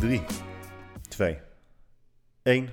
3, 2, 1.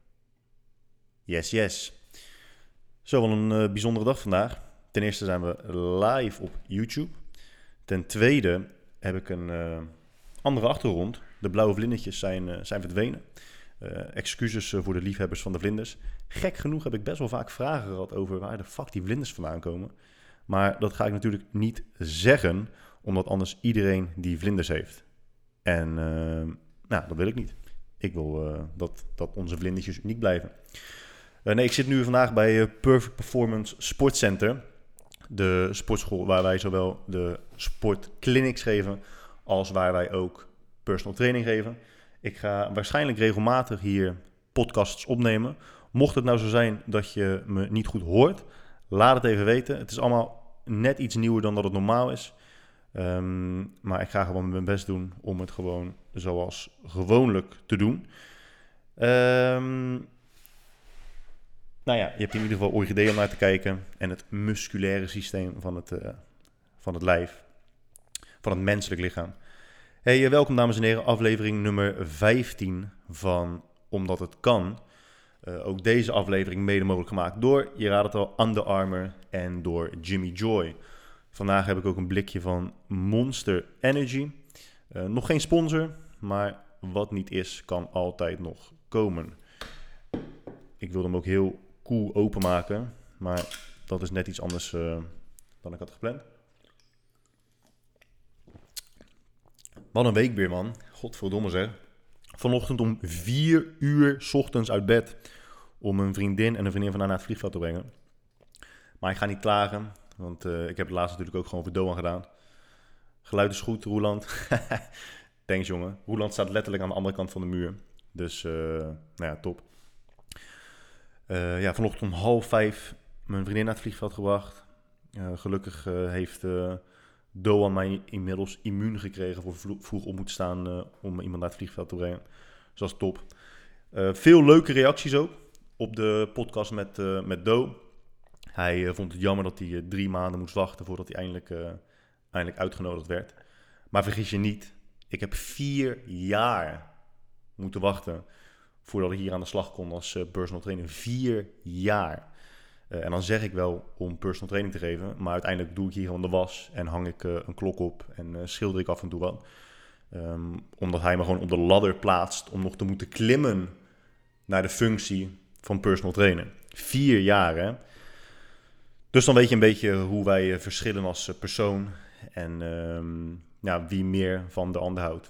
Yes. Zo, wel een bijzondere dag vandaag. Ten eerste zijn we live op YouTube. Ten tweede heb ik een andere achtergrond. De blauwe vlindertjes zijn verdwenen. Excuses voor de liefhebbers van de vlinders. Gek genoeg heb ik best wel vaak vragen gehad over waar de fuck die vlinders vandaan komen. Maar dat ga ik natuurlijk niet zeggen, omdat anders iedereen die vlinders heeft. En dat wil ik niet. Ik wil dat onze vlindertjes uniek blijven. Ik zit nu vandaag bij Perfect Performance Sportcenter. De sportschool waar wij zowel de sportclinics geven als waar wij ook personal training geven. Ik ga waarschijnlijk regelmatig hier podcasts opnemen. Mocht het nou zo zijn dat je me niet goed hoort, laat het even weten. Het is allemaal net iets nieuwer dan dat het normaal is. Maar ik ga gewoon mijn best doen om het gewoon zoals gewoonlijk te doen. Je hebt in ieder geval orchideeën om naar te kijken en het musculaire systeem van het lijf, van het menselijk lichaam. Hey, welkom dames en heren, aflevering nummer 15 van Omdat het kan. Ook deze aflevering mede mogelijk gemaakt door, je raadt het al, Under Armour en door Jimmy Joy. Vandaag heb ik ook een blikje van Monster Energy. Nog geen sponsor, maar wat niet is, kan altijd nog komen. Ik wil hem ook heel cool openmaken, maar dat is net iets anders dan ik had gepland. Wat een week weer, man. Godverdomme zeg. Vanochtend om 4 uur 's ochtends uit bed om een vriendin en een vriendin van haar naar het vliegveld te brengen. Maar ik ga niet klagen, want ik heb het laatst natuurlijk ook gewoon voor Doan gedaan. Geluid is goed, Roeland. Thanks, jongen. Roeland staat letterlijk aan de andere kant van de muur. Dus, top. Vanochtend om 4:30 mijn vriendin naar het vliegveld gebracht. Gelukkig heeft Doan mij inmiddels immuun gekregen voor vroeg op moeten staan om iemand naar het vliegveld te brengen. Dus dat is top. Veel leuke reacties ook op de podcast met Do. Hij vond het jammer dat hij 3 maanden moest wachten voordat hij eindelijk uitgenodigd werd. Maar vergis je niet, ik heb 4 jaar moeten wachten voordat ik hier aan de slag kon als personal trainer. 4 jaar. En dan zeg ik wel om personal training te geven, maar uiteindelijk doe ik hier gewoon de was en hang ik een klok op en schilder ik af en toe wat. Omdat hij me gewoon op de ladder plaatst om nog te moeten klimmen naar de functie van personal trainer. 4 jaar, hè. Dus dan weet je een beetje hoe wij verschillen als persoon en wie meer van de ander houdt.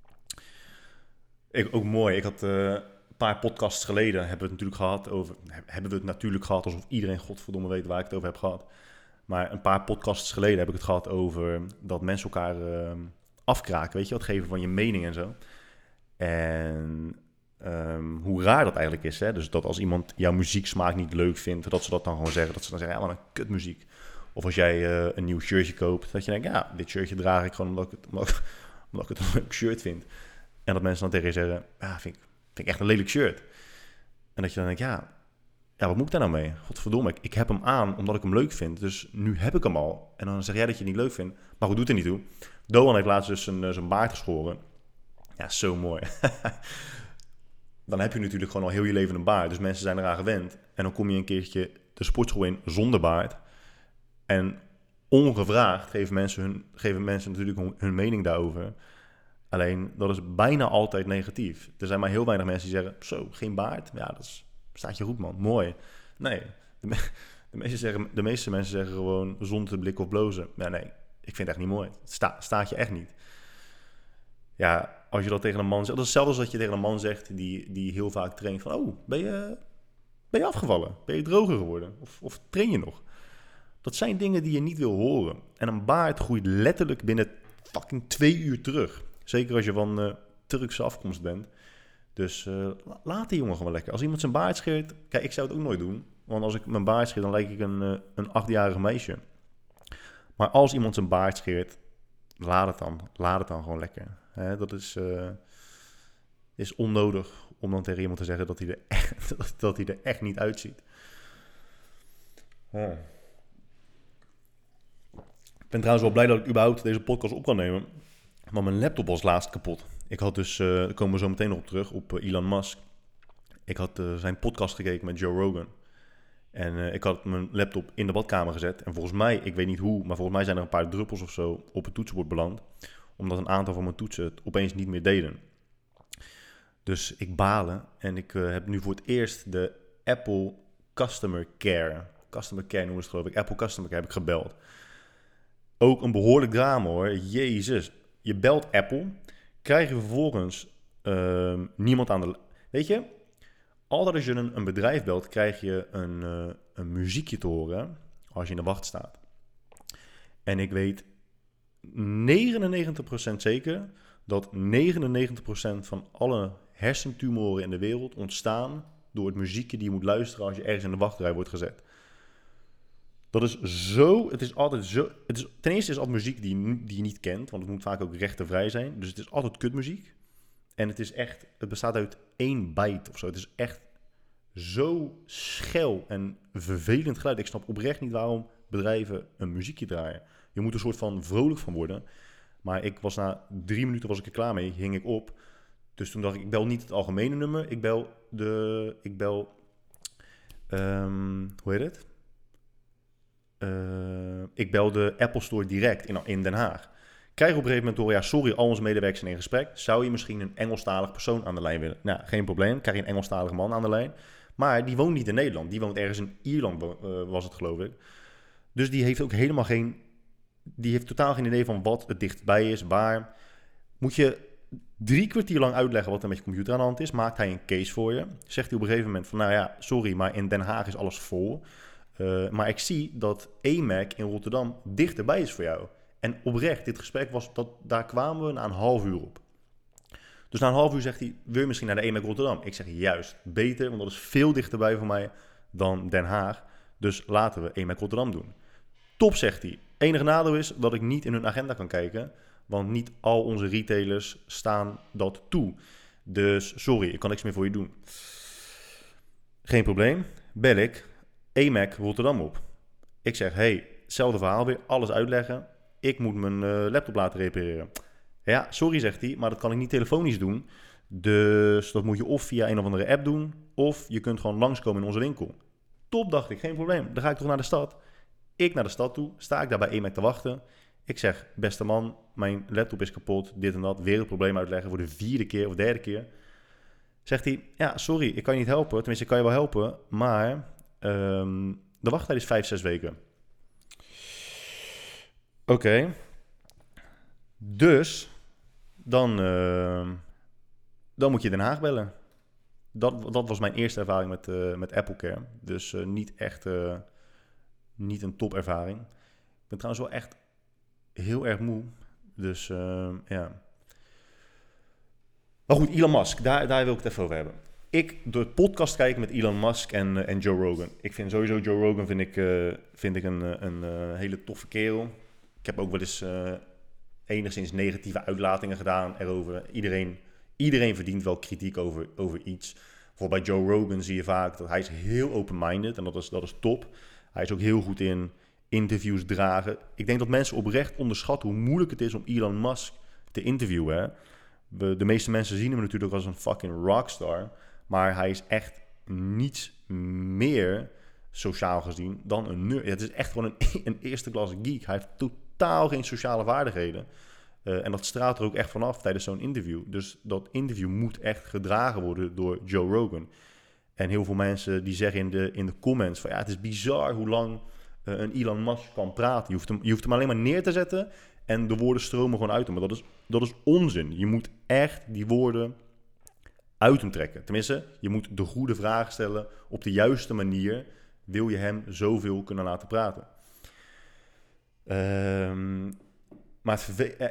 Ook mooi, ik had een paar podcasts geleden hebben we het natuurlijk gehad alsof iedereen godverdomme weet waar ik het over heb gehad. Maar een paar podcasts geleden heb ik het gehad over dat mensen elkaar afkraken, weet je, het geven van je mening en zo. En hoe raar dat eigenlijk is, hè? Dus dat als iemand jouw muzieksmaak niet leuk vindt, dat ze dat dan gewoon zeggen. Dat ze dan zeggen, ja, wat een kutmuziek. Of als jij een nieuw shirtje koopt, dat je denkt, ja, dit shirtje draag ik gewoon omdat ik het een leuk shirt vind. En dat mensen dan tegen je zeggen, ja, vind ik echt een lelijk shirt. En dat je dan denkt, ja, wat moet ik daar nou mee? Godverdomme, ik heb hem aan omdat ik hem leuk vind. Dus nu heb ik hem al. En dan zeg jij dat je het niet leuk vindt. Maar goed, doet er niet toe. Doan heeft laatst dus zijn baard geschoren. Ja, zo mooi. Dan heb je natuurlijk gewoon al heel je leven een baard. Dus mensen zijn eraan gewend. En dan kom je een keertje de sportschool in zonder baard. En ongevraagd geven mensen natuurlijk hun mening daarover. Alleen, dat is bijna altijd negatief. Er zijn maar heel weinig mensen die zeggen, zo, geen baard? Ja, staat je goed, man. Mooi. Nee, de meeste mensen zeggen gewoon zonder te blikken of blozen. Ja, nee, ik vind het echt niet mooi. Het staat je echt niet. Ja, als je dat tegen een man zegt, dat is hetzelfde als dat je tegen een man zegt die heel vaak traint van, oh, ben je afgevallen? Ben je droger geworden? Of train je nog? Dat zijn dingen die je niet wil horen. En een baard groeit letterlijk binnen fucking 2 uur terug. Zeker als je van Turkse afkomst bent. Dus laat die jongen gewoon lekker. Als iemand zijn baard scheert, kijk, ik zou het ook nooit doen. Want als ik mijn baard scheer, dan lijk ik een 8-jarig meisje. Maar als iemand zijn baard scheert, laat het dan gewoon lekker. Dat is onnodig om dan tegen iemand te zeggen dat hij er echt niet uitziet. Ik ben trouwens wel blij dat ik überhaupt deze podcast op kan nemen. Maar mijn laptop was laatst kapot. Ik had dus, daar komen we zo meteen nog op terug, op Elon Musk. Ik had zijn podcast gekeken met Joe Rogan. En ik had mijn laptop in de badkamer gezet. En volgens mij, ik weet niet hoe, maar volgens mij zijn er een paar druppels of zo op het toetsenbord beland. Omdat een aantal van mijn toetsen het opeens niet meer deden. Dus ik balen en ik heb nu voor het eerst de Apple Customer Care noemen ze het geloof ik. Apple Customer Care heb ik gebeld. Ook een behoorlijk drama hoor. Jezus. Je belt Apple, krijg je vervolgens niemand aan de... Weet je, altijd als je een bedrijf belt, krijg je een muziekje te horen als je in de wacht staat. En ik weet 99% zeker dat 99% van alle hersentumoren in de wereld ontstaan door het muziekje die je moet luisteren als je ergens in de wachtrij wordt gezet. Dat is zo, het is altijd zo, ten eerste is het altijd muziek die je niet kent, want het moet vaak ook rechtenvrij zijn. Dus het is altijd kutmuziek. En het bestaat uit 1 byte of zo. Het is echt zo schel en vervelend geluid. Ik snap oprecht niet waarom bedrijven een muziekje draaien. Je moet er een soort van vrolijk van worden. Maar ik was na 3 minuten was ik er klaar mee, hing ik op. Dus toen dacht ik bel niet het algemene nummer. Ik bel de Apple Store direct in Den Haag. Krijg op een gegeven moment door, ja sorry, al onze medewerkers zijn in gesprek. Zou je misschien een Engelstalig persoon aan de lijn willen? Nou, geen probleem. Krijg je een Engelstalige man aan de lijn. Maar die woont niet in Nederland. Die woont ergens in Ierland, was het geloof ik. Dus die heeft ook helemaal die heeft totaal geen idee van wat het dichtbij is, waar. Moet je 3 kwartier lang uitleggen wat er met je computer aan de hand is. Maakt hij een case voor je. Zegt hij op een gegeven moment van, nou ja, sorry, maar in Den Haag is alles vol. Maar ik zie dat AMAC in Rotterdam dichterbij is voor jou. En oprecht, dit gesprek daar kwamen we na een half uur op. Dus na een half uur zegt hij, wil je misschien naar de AMAC Rotterdam? Ik zeg, juist, beter, want dat is veel dichterbij voor mij dan Den Haag. Dus laten we AMAC Rotterdam doen. Top, zegt hij. Enige nadeel is dat ik niet in hun agenda kan kijken, want niet al onze retailers staan dat toe. Dus sorry, ik kan niks meer voor je doen. Geen probleem, bel ik AMAC Rotterdam op. Ik zeg, hey, hetzelfde verhaal weer, alles uitleggen. Ik moet mijn laptop laten repareren. Ja, sorry, zegt hij, maar dat kan ik niet telefonisch doen. Dus dat moet je of via een of andere app doen, of je kunt gewoon langskomen in onze winkel. Top, dacht ik, geen probleem. Dan ga ik toch naar de stad. Ik naar de stad toe, sta ik daar bij AMAC te wachten. Ik zeg, beste man, mijn laptop is kapot, dit en dat. Weer het probleem uitleggen voor de 4e keer of 3e keer. Zegt hij, ja, sorry, ik kan je niet helpen. Tenminste, ik kan je wel helpen, maar de wachttijd is 5-6 weken. Oké. Dus, dan moet je Den Haag bellen. Dat was mijn eerste ervaring met Apple Care. Dus niet echt, niet een topervaring. Ik ben trouwens wel echt heel erg moe. Dus ja. Maar goed, Elon Musk, daar wil ik het even over hebben. Ik door het podcast kijken met Elon Musk en Joe Rogan. Ik vind sowieso Joe Rogan vind ik een hele toffe kerel. Ik heb ook wel eens enigszins negatieve uitlatingen gedaan erover. Iedereen verdient wel kritiek over iets. Bijvoorbeeld bij Joe Rogan zie je vaak dat hij is heel open-minded en dat is top. Hij is ook heel goed in interviews dragen. Ik denk dat mensen oprecht onderschatten hoe moeilijk het is om Elon Musk te interviewen. Hè? De meeste mensen zien hem natuurlijk als een fucking rockstar. Maar hij is echt niets meer sociaal gezien dan een nerd. Het is echt gewoon een eerste klasse geek. Hij heeft totaal geen sociale vaardigheden. En dat straalt er ook echt vanaf tijdens zo'n interview. Dus dat interview moet echt gedragen worden door Joe Rogan. En heel veel mensen die zeggen in de comments van ja, het is bizar hoe lang een Elon Musk kan praten. Je hoeft hem alleen maar neer te zetten en de woorden stromen gewoon uit hem. Maar dat is onzin. Je moet echt die woorden uit hem trekken. Tenminste, je moet de goede vragen stellen op de juiste manier. Wil je hem zoveel kunnen laten praten? Maar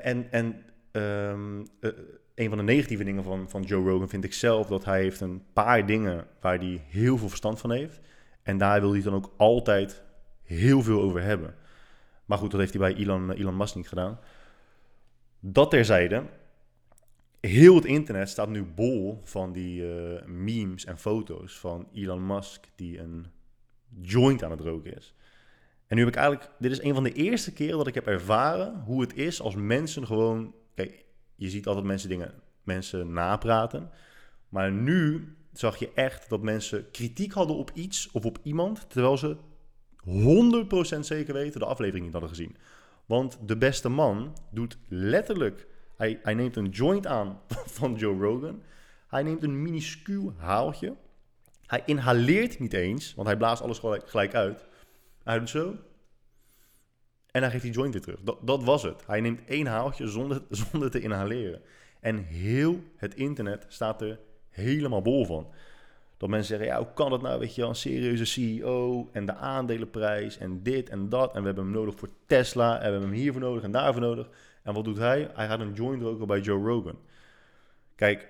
een van de negatieve dingen van Joe Rogan vind ik zelf dat hij heeft een paar dingen waar hij heel veel verstand van heeft. En daar wil hij dan ook altijd heel veel over hebben. Maar goed, dat heeft hij bij Elon Musk niet gedaan. Dat terzijde, heel het internet staat nu bol van die memes en foto's van Elon Musk die een joint aan het roken is. En nu heb ik dit is een van de eerste keren dat ik heb ervaren hoe het is als mensen gewoon, kijk, je ziet altijd mensen dingen mensen napraten. Maar nu zag je echt dat mensen kritiek hadden op iets of op iemand, terwijl ze 100% zeker weten de aflevering niet hadden gezien. Want de beste man doet letterlijk, hij neemt een joint aan van Joe Rogan. Hij neemt een minuscuul haaltje. Hij inhaleert niet eens, want hij blaast alles gelijk uit. Hij doet zo. En hij geeft die joint weer terug. Dat was het. Hij neemt 1 haaltje zonder te inhaleren. En heel het internet staat er helemaal bol van. Dat mensen zeggen, ja, hoe kan dat nou? Weet je wel, een serieuze CEO en de aandelenprijs en dit en dat. En we hebben hem nodig voor Tesla en we hebben hem hiervoor nodig en daarvoor nodig. En wat doet hij? Hij gaat een joint roken bij Joe Rogan. Kijk,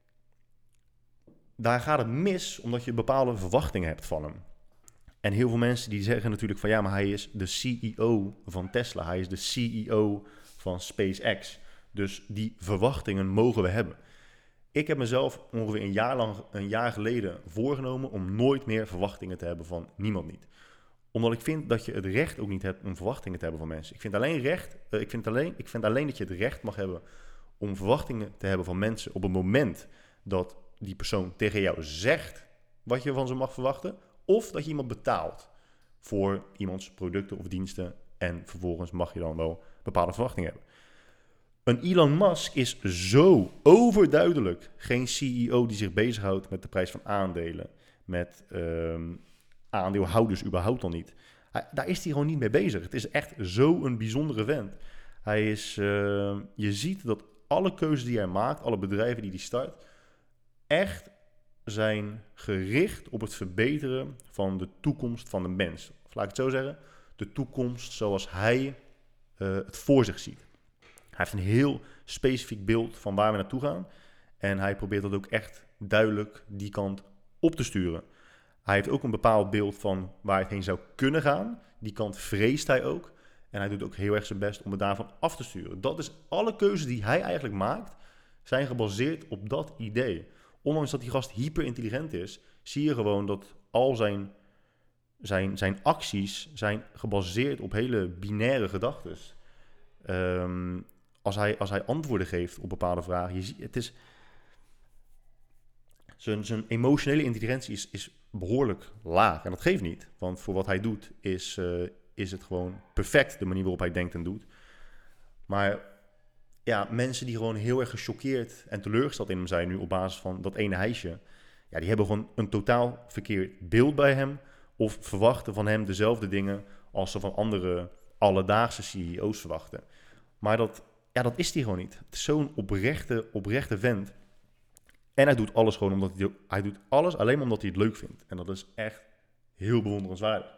daar gaat het mis omdat je bepaalde verwachtingen hebt van hem. En heel veel mensen die zeggen natuurlijk van ja, maar hij is de CEO van Tesla. Hij is de CEO van SpaceX. Dus die verwachtingen mogen we hebben. Ik heb mezelf ongeveer een jaar geleden voorgenomen om nooit meer verwachtingen te hebben van niemand niet. Omdat ik vind dat je het recht ook niet hebt om verwachtingen te hebben van mensen. Ik vind alleen dat je het recht mag hebben om verwachtingen te hebben van mensen op het moment dat die persoon tegen jou zegt wat je van ze mag verwachten. Of dat je iemand betaalt voor iemands producten of diensten. En vervolgens mag je dan wel bepaalde verwachtingen hebben. Een Elon Musk is zo overduidelijk geen CEO die zich bezighoudt met de prijs van aandelen. Met aandeelhouders überhaupt al niet. Daar is hij gewoon niet mee bezig. Het is echt zo'n bijzondere vent. Hij is, je ziet dat alle keuzes die hij maakt, alle bedrijven die hij start, echt zijn gericht op het verbeteren van de toekomst van de mens. Of laat ik het zo zeggen, de toekomst zoals hij het voor zich ziet. Hij heeft een heel specifiek beeld van waar we naartoe gaan. En hij probeert dat ook echt duidelijk die kant op te sturen. Hij heeft ook een bepaald beeld van waar het heen zou kunnen gaan. Die kant vreest hij ook. En hij doet ook heel erg zijn best om het daarvan af te sturen. Dat is alle keuzes die hij eigenlijk maakt, zijn gebaseerd op dat idee. Ondanks dat die gast hyperintelligent is, zie je gewoon dat al zijn acties zijn gebaseerd op hele binaire gedachten. Als hij antwoorden geeft op bepaalde vragen, je ziet, het is zijn emotionele intelligentie is behoorlijk laag. En dat geeft niet, want voor wat hij doet is het gewoon perfect, de manier waarop hij denkt en doet. Maar ja, mensen die gewoon heel erg gechoqueerd en teleurgesteld in hem zijn nu op basis van dat ene hijsje, ja, die hebben gewoon een totaal verkeerd beeld bij hem of verwachten van hem dezelfde dingen als ze van andere alledaagse CEO's verwachten. Maar dat is hij gewoon niet. Het is zo'n oprechte vent. En hij doet alles gewoon omdat hij doet alles alleen maar omdat hij het leuk vindt. En dat is echt heel bewonderenswaardig.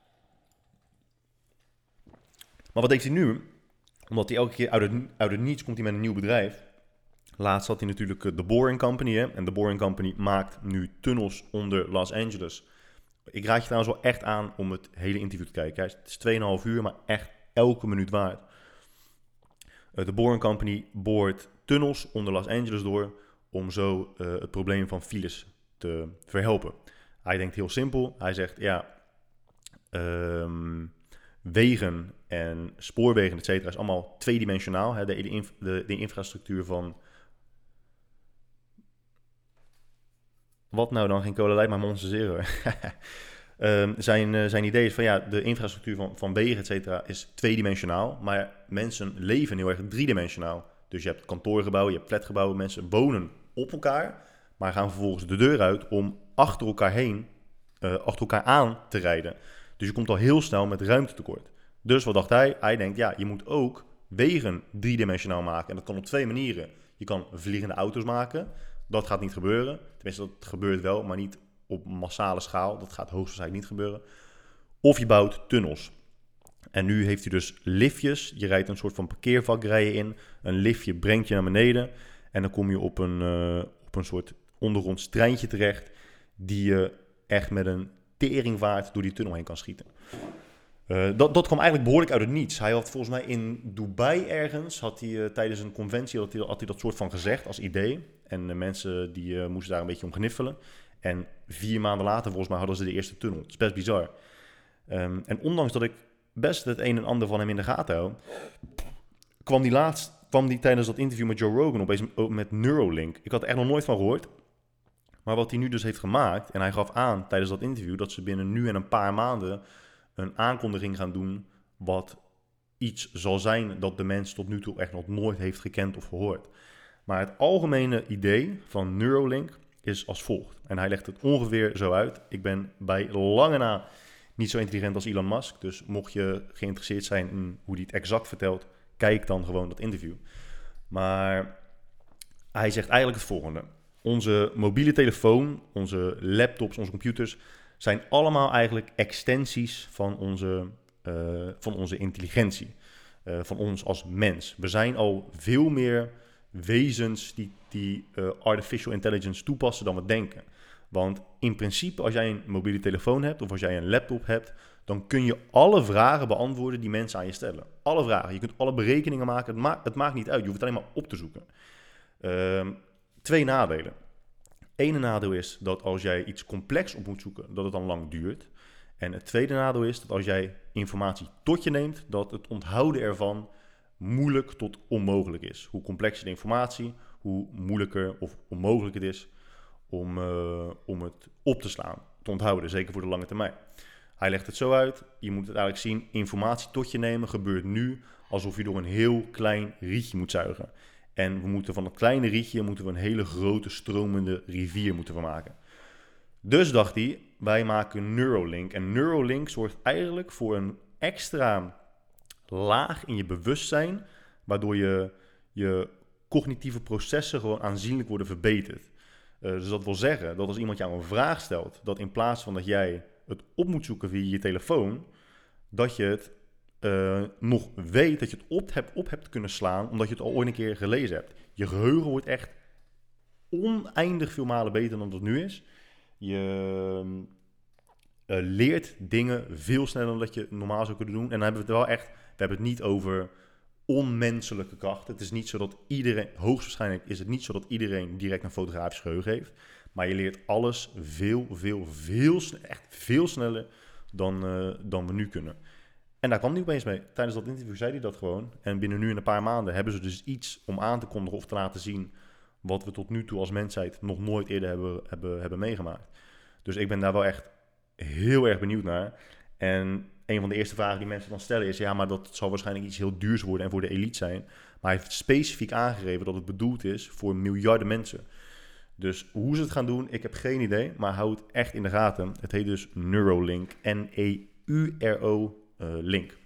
Maar wat deed hij nu? Omdat hij elke keer uit het niets komt hij met een nieuw bedrijf. Laatst had hij natuurlijk de Boring Company. Hè? En de Boring Company maakt nu tunnels onder Los Angeles. Ik raad je trouwens wel echt aan om het hele interview te kijken. Het is 2,5 uur, maar echt elke minuut waard. De Boring Company boort tunnels onder Los Angeles door om zo het probleem van files te verhelpen. Hij denkt heel simpel. Hij zegt, wegen en spoorwegen, et cetera, is allemaal tweedimensionaal. Hè? De infrastructuur van... Wat nou dan? Geen cola light, maar Monster Zero. Zijn idee is van de infrastructuur van wegen, et cetera, is tweedimensionaal. Maar mensen leven heel erg driedimensionaal. Dus je hebt kantoorgebouwen, je hebt flatgebouwen. Mensen wonen op elkaar, maar gaan vervolgens de deur uit om achter elkaar aan te rijden. Dus je komt al heel snel met ruimtetekort. Dus wat dacht hij? Hij denkt, je moet ook wegen driedimensionaal maken. En dat kan op 2 manieren. Je kan vliegende auto's maken. Dat gaat niet gebeuren. Tenminste, dat gebeurt wel, maar niet op massale schaal. Dat gaat hoogstwaarschijnlijk niet gebeuren. Of je bouwt tunnels. En nu heeft hij dus liftjes. Je rijdt een soort van parkeervak in. Een liftje brengt je naar beneden. En dan kom je op een soort ondergronds treintje terecht. Die je echt met een teringvaart door die tunnel heen kan schieten. Dat kwam eigenlijk behoorlijk uit het niets. Hij had volgens mij in Dubai ergens, tijdens een conventie had hij dat soort van gezegd als idee. En de mensen die moesten daar een beetje om gniffelen. En 4 maanden later volgens mij hadden ze de eerste tunnel. Het is best bizar. En ondanks dat ik best het een en ander van hem in de gaten hou, kwam die kwam hij tijdens dat interview met Joe Rogan opeens met Neuralink. Ik had er echt nog nooit van gehoord. Maar wat hij nu dus heeft gemaakt, en hij gaf aan tijdens dat interview dat ze binnen nu en een paar maanden een aankondiging gaan doen wat iets zal zijn dat de mens tot nu toe echt nog nooit heeft gekend of gehoord. Maar het algemene idee van Neuralink is als volgt. En hij legt het ongeveer zo uit. Ik ben bij lange na niet zo intelligent als Elon Musk. Dus mocht je geïnteresseerd zijn in hoe hij het exact vertelt, kijk dan gewoon dat interview. Maar hij zegt eigenlijk het volgende. Onze mobiele telefoon, onze laptops, onze computers zijn allemaal eigenlijk extensies van onze intelligentie. Van ons als mens. We zijn al veel meer wezens die artificial intelligence toepassen dan we denken. Want in principe, als jij een mobiele telefoon hebt of als jij een laptop hebt, dan kun je alle vragen beantwoorden die mensen aan je stellen. Alle vragen. Je kunt alle berekeningen maken. Het maakt niet uit. Je hoeft het alleen maar op te zoeken. 2 nadelen. Ene nadeel is dat als jij iets complex op moet zoeken, dat het dan lang duurt. En het tweede nadeel is dat als jij informatie tot je neemt, dat het onthouden ervan moeilijk tot onmogelijk is. Hoe complexer de informatie, hoe moeilijker of onmogelijk het is om het op te slaan, te onthouden, zeker voor de lange termijn. Hij legt het zo uit, je moet het eigenlijk zien, informatie tot je nemen gebeurt nu alsof je door een heel klein rietje moet zuigen. En we moeten van dat kleine rietje een hele grote stromende rivier moeten van maken. Dus dacht hij, wij maken Neuralink. En Neuralink zorgt eigenlijk voor een extra laag in je bewustzijn, waardoor je cognitieve processen gewoon aanzienlijk worden verbeterd. Dus dat wil zeggen dat als iemand jou een vraag stelt, dat in plaats van dat jij het op moet zoeken via je telefoon, dat je het nog weet, dat je het op hebt kunnen slaan, omdat je het al ooit een keer gelezen hebt. Je geheugen wordt echt oneindig veel malen beter dan dat nu is. Je leert dingen veel sneller dan dat je normaal zou kunnen doen. En dan hebben we het wel echt, we hebben het niet over onmenselijke krachten. Het is niet zo dat iedereen, hoogstwaarschijnlijk is het niet zo dat iedereen direct een fotografisch geheugen heeft. Maar je leert alles echt veel sneller dan we nu kunnen. En daar kwam hij opeens mee. Tijdens dat interview zei hij dat gewoon. En binnen nu en een paar maanden hebben ze dus iets om aan te kondigen of te laten zien wat we tot nu toe als mensheid nog nooit eerder hebben meegemaakt. Dus ik ben daar wel echt heel erg benieuwd naar. En een van de eerste vragen die mensen dan stellen is, ja, maar dat zal waarschijnlijk iets heel duurs worden en voor de elite zijn. Maar hij heeft specifiek aangegeven dat het bedoeld is voor miljarden mensen. Dus hoe ze het gaan doen, ik heb geen idee, maar hou het echt in de gaten. Het heet dus Neuralink, Neuro Link.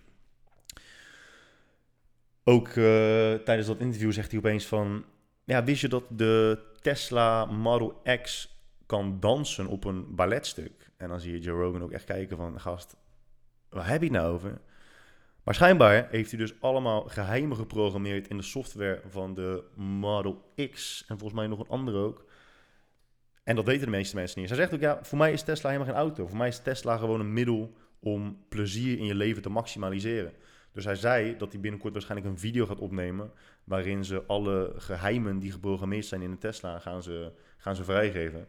Ook tijdens dat interview zegt hij opeens van, ja, wist je dat de Tesla Model X kan dansen op een balletstuk? En dan zie je Joe Rogan ook echt kijken van, gast, waar heb je het nou over? Maar schijnbaar heeft hij dus allemaal geheimen geprogrammeerd in de software van de Model X. En volgens mij nog een andere ook. En dat weten de meeste mensen niet. Hij zegt ook, ja, voor mij is Tesla helemaal geen auto. Voor mij is Tesla gewoon een middel om plezier in je leven te maximaliseren. Dus hij zei dat hij binnenkort waarschijnlijk een video gaat opnemen waarin ze alle geheimen die geprogrammeerd zijn in de Tesla gaan ze vrijgeven.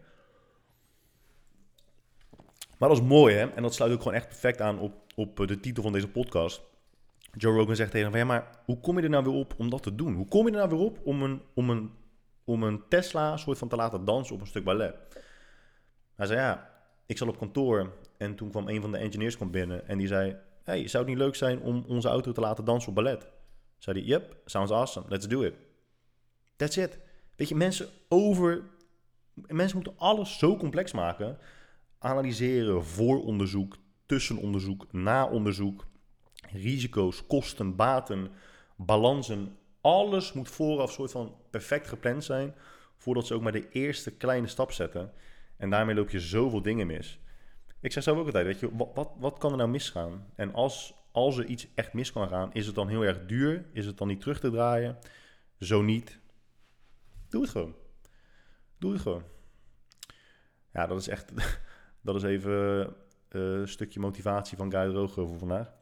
Maar dat is mooi, hè? En dat sluit ook gewoon echt perfect aan op de titel van deze podcast. Joe Rogan zegt tegen hem, ja, maar hoe kom je er nou weer op om dat te doen? Hoe kom je er nou weer op om een Tesla soort van te laten dansen op een stuk ballet? Hij zei, ja, ik zat op kantoor en toen kwam een van de engineers binnen en die zei, hey, zou het niet leuk zijn om onze auto te laten dansen op ballet? Zei hij, yep, sounds awesome, let's do it. That's it. Weet je, mensen moeten alles zo complex maken. Analyseren, vooronderzoek, tussenonderzoek, naonderzoek, risico's, kosten, baten, balansen. Alles moet vooraf soort van perfect gepland zijn voordat ze ook maar de eerste kleine stap zetten. En daarmee loop je zoveel dingen mis. Ik zeg zelf ook altijd, weet je, wat kan er nou misgaan? En als er iets echt mis kan gaan, is het dan heel erg duur? Is het dan niet terug te draaien? Zo niet. Doe het gewoon. Doe het gewoon. Ja, dat is echt... Dat is even een stukje motivatie van Guy Droger voor vandaag.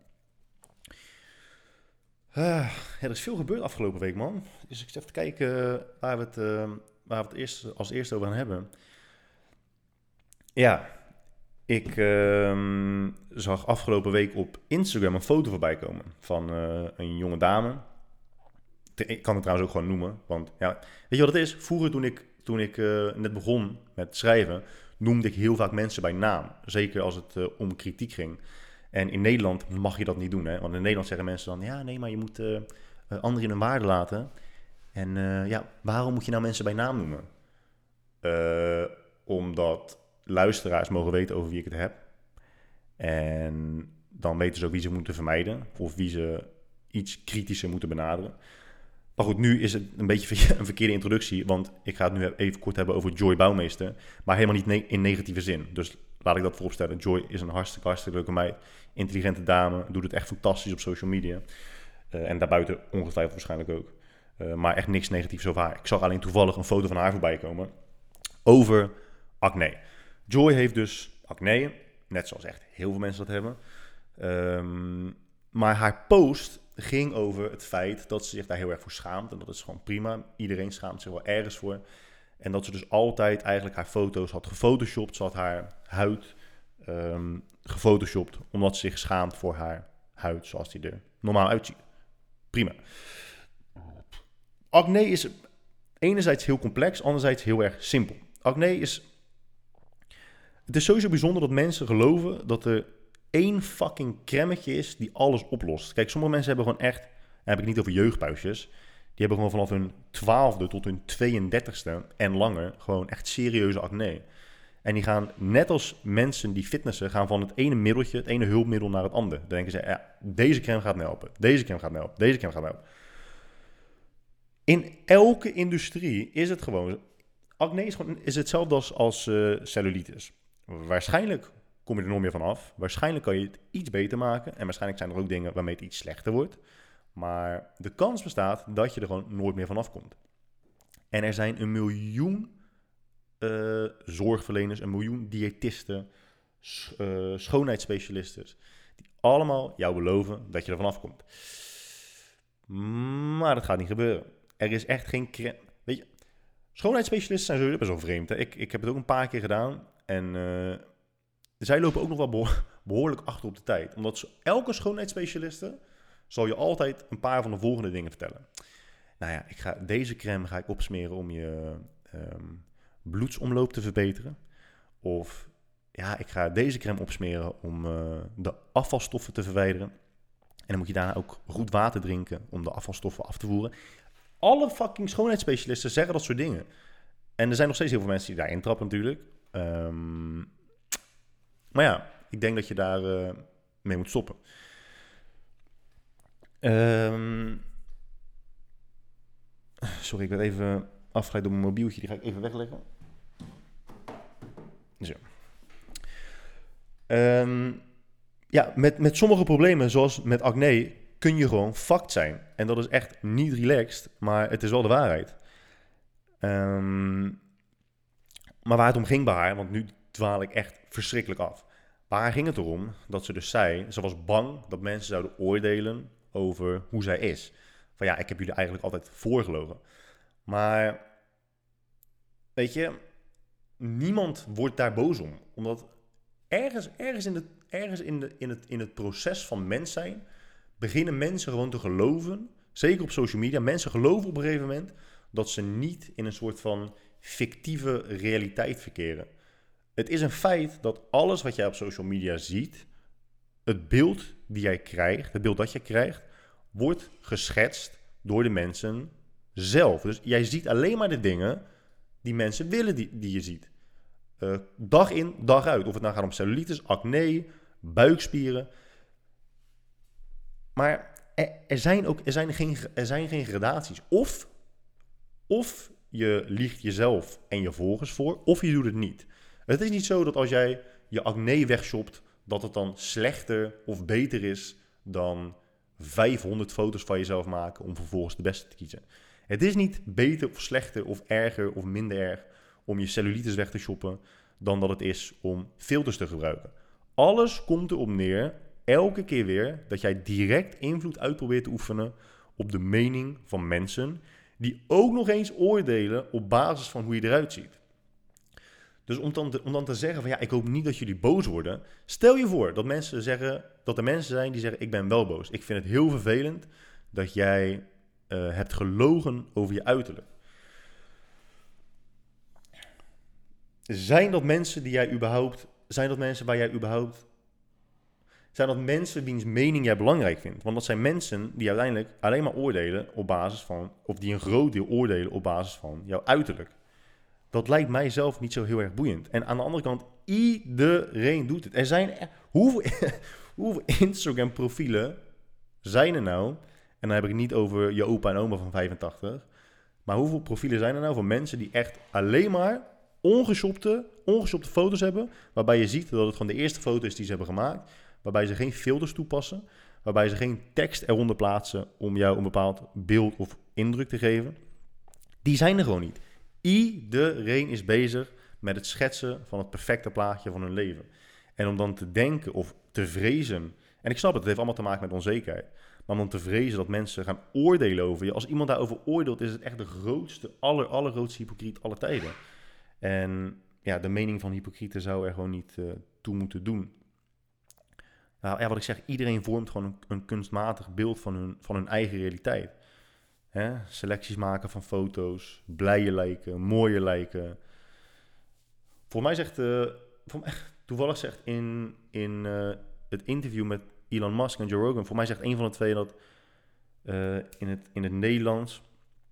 Ja, er is veel gebeurd afgelopen week, man. Dus ik zit even te kijken waar we het als eerste over gaan hebben. Ja, ik zag afgelopen week op Instagram een foto voorbij komen van een jonge dame. Ik kan het trouwens ook gewoon noemen. Want ja, weet je wat het is? Vroeger toen ik net begon met schrijven, noemde ik heel vaak mensen bij naam. Zeker als het om kritiek ging. En in Nederland mag je dat niet doen. Hè? Want in Nederland zeggen mensen dan, ja nee, maar je moet anderen in hun waarde laten. En waarom moet je nou mensen bij naam noemen? Omdat luisteraars mogen weten over wie ik het heb. En dan weten ze ook wie ze moeten vermijden. Of wie ze iets kritischer moeten benaderen. Maar goed, nu is het een beetje een verkeerde introductie. Want ik ga het nu even kort hebben over Joy Bouwmeester. Maar helemaal niet in negatieve zin. Dus laat ik dat vooropstellen. Joy is een hartstikke leuke meid. Intelligente dame. Doet het echt fantastisch op social media. En daarbuiten ongetwijfeld waarschijnlijk ook. Maar echt niks negatiefs over haar. Ik zag alleen toevallig een foto van haar voorbij komen. Over acne. Joy heeft dus acne. Net zoals echt heel veel mensen dat hebben. Maar haar post ging over het feit dat ze zich daar heel erg voor schaamt. En dat is gewoon prima. Iedereen schaamt zich wel ergens voor. En dat ze dus altijd eigenlijk haar foto's had gefotoshopt. Ze had haar huid gefotoshopt. Omdat ze zich schaamt voor haar huid zoals die er normaal uitziet. Prima. Acne is enerzijds heel complex, anderzijds heel erg simpel. Acne is... Het is sowieso bijzonder dat mensen geloven dat er één fucking cremmetje is die alles oplost. Kijk, sommige mensen hebben gewoon echt... Dan heb ik niet over jeugdpuisjes. Die hebben gewoon vanaf hun 12e tot hun 32e en langer gewoon echt serieuze acne. En die gaan, net als mensen die fitnessen, gaan van het ene middeltje, het ene hulpmiddel naar het andere. Dan denken ze, ja, deze crème gaat me helpen, deze crème gaat me helpen, deze crème gaat me helpen. In elke industrie is het gewoon... Acne is hetzelfde als cellulitis. Waarschijnlijk kom je er nog meer van af. Waarschijnlijk kan je het iets beter maken. En waarschijnlijk zijn er ook dingen waarmee het iets slechter wordt. Maar de kans bestaat dat je er gewoon nooit meer van afkomt. En er zijn 1 miljoen zorgverleners, 1 miljoen diëtisten, schoonheidsspecialisten, die allemaal jou beloven dat je er vanaf komt. Maar dat gaat niet gebeuren. Er is echt geen... Weet je, schoonheidsspecialisten zijn sowieso best wel vreemd. Hè? Ik heb het ook een paar keer gedaan. En zij lopen ook nog wel behoorlijk achter op de tijd. Omdat elke schoonheidsspecialiste zal je altijd een paar van de volgende dingen vertellen. Nou ja, deze crème ga ik opsmeren om je bloedsomloop te verbeteren. Of ja, ik ga deze crème opsmeren om de afvalstoffen te verwijderen. En dan moet je daarna ook goed water drinken om de afvalstoffen af te voeren. Alle fucking schoonheidsspecialisten zeggen dat soort dingen. En er zijn nog steeds heel veel mensen die daarin trappen natuurlijk. Maar ja, ik denk dat je daar mee moet stoppen. Sorry, ik werd even afgeleid door mijn mobieltje. Die ga ik even wegleggen. Zo. Ja, met sommige problemen, zoals met acne, kun je gewoon fucked zijn. En dat is echt niet relaxed, maar het is wel de waarheid. Maar waar het om ging bij haar, want nu dwaal ik echt verschrikkelijk af. Bij haar ging het erom dat ze dus zei, ze was bang dat mensen zouden oordelen over hoe zij is. Van ja, ik heb jullie eigenlijk altijd voorgelogen. Maar, weet je, niemand wordt daar boos om. Omdat ergens in het proces van mens zijn, beginnen mensen gewoon te geloven, zeker op social media, mensen geloven op een gegeven moment dat ze niet in een soort van fictieve realiteit verkeren. Het is een feit dat alles wat jij op social media ziet, het beeld die jij krijgt, het beeld dat je krijgt, wordt geschetst door de mensen zelf. Dus jij ziet alleen maar de dingen die mensen willen die je ziet. Dag in, dag uit. Of het nou gaat om cellulitis, acne, buikspieren. Maar er zijn geen gradaties. Of je liegt jezelf en je volgers voor, of je doet het niet. Het is niet zo dat als jij je acne wegshopt, dat het dan slechter of beter is dan 500 foto's van jezelf maken om vervolgens de beste te kiezen. Het is niet beter of slechter of erger of minder erg om je cellulitis weg te shoppen dan dat het is om filters te gebruiken. Alles komt erop neer, elke keer weer, dat jij direct invloed uit probeert te oefenen op de mening van mensen die ook nog eens oordelen op basis van hoe je eruit ziet. Dus om dan te zeggen van ja, ik hoop niet dat jullie boos worden. Stel je voor dat er mensen zijn die zeggen ik ben wel boos. Ik vind het heel vervelend dat jij hebt gelogen over je uiterlijk. Zijn dat mensen wiens mening jij belangrijk vindt? Want dat zijn mensen die uiteindelijk alleen maar oordelen op basis van, of die een groot deel oordelen op basis van jouw uiterlijk. Dat lijkt mij zelf niet zo heel erg boeiend. En aan de andere kant, iedereen doet het. Er zijn hoeveel Instagram profielen zijn er nou? En dan heb ik het niet over je opa en oma van 85. Maar hoeveel profielen zijn er nou van mensen die echt alleen maar ongeshopte foto's hebben, waarbij je ziet dat het gewoon de eerste foto is die ze hebben gemaakt, waarbij ze geen filters toepassen, waarbij ze geen tekst eronder plaatsen om jou een bepaald beeld of indruk te geven. Die zijn er gewoon niet. Iedereen is bezig met het schetsen van het perfecte plaatje van hun leven. En om dan te denken of te vrezen, en ik snap het heeft allemaal te maken met onzekerheid, maar om te vrezen dat mensen gaan oordelen over je, als iemand daarover oordeelt, is het echt de grootste, allergrootste hypocriet aller tijden. En ja, de mening van hypocrieten zou er gewoon niet toe moeten doen. Nou, ja, wat ik zeg, iedereen vormt gewoon een kunstmatig beeld van hun eigen realiteit. Hè? Selecties maken van foto's, blije lijken, mooie lijken. Voor mij zegt, toevallig zegt in het interview met Elon Musk en Joe Rogan, voor mij zegt een van de twee dat in het Nederlands,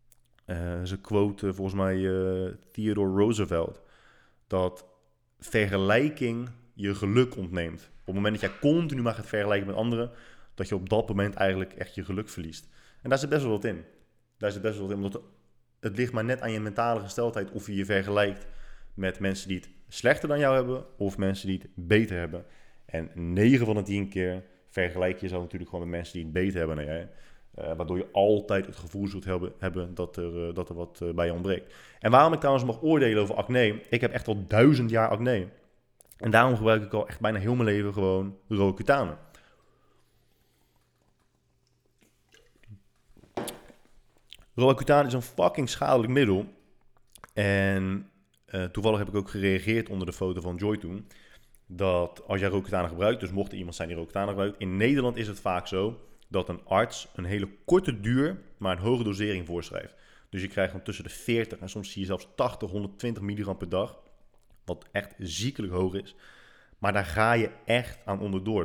ze quoten volgens mij Theodore Roosevelt, dat vergelijking je geluk ontneemt. Op het moment dat jij continu maar gaat vergelijken met anderen, dat je op dat moment eigenlijk echt je geluk verliest. En daar zit best wel wat in. Omdat het ligt maar net aan je mentale gesteldheid of je je vergelijkt met mensen die het slechter dan jou hebben of mensen die het beter hebben. En 9 van de 10 keer vergelijk je jezelf natuurlijk gewoon met mensen die het beter hebben dan jij. Waardoor je altijd het gevoel zult hebben dat er wat bij je ontbreekt. En waarom ik trouwens mag oordelen over acne, ik heb echt al 1000 jaar acne. En daarom gebruik ik al echt bijna heel mijn leven gewoon Roaccutane. Roaccutane is een fucking schadelijk middel. En toevallig heb ik ook gereageerd onder de foto van Joy toen, dat als jij Roaccutane gebruikt, dus mocht er iemand zijn die Roaccutane gebruikt, in Nederland is het vaak zo dat een arts een hele korte duur, maar een hoge dosering voorschrijft. Dus je krijgt dan tussen de 40 en soms zie je zelfs 80, 120 milligram per dag, wat echt ziekelijk hoog is. Maar daar ga je echt aan onderdoor.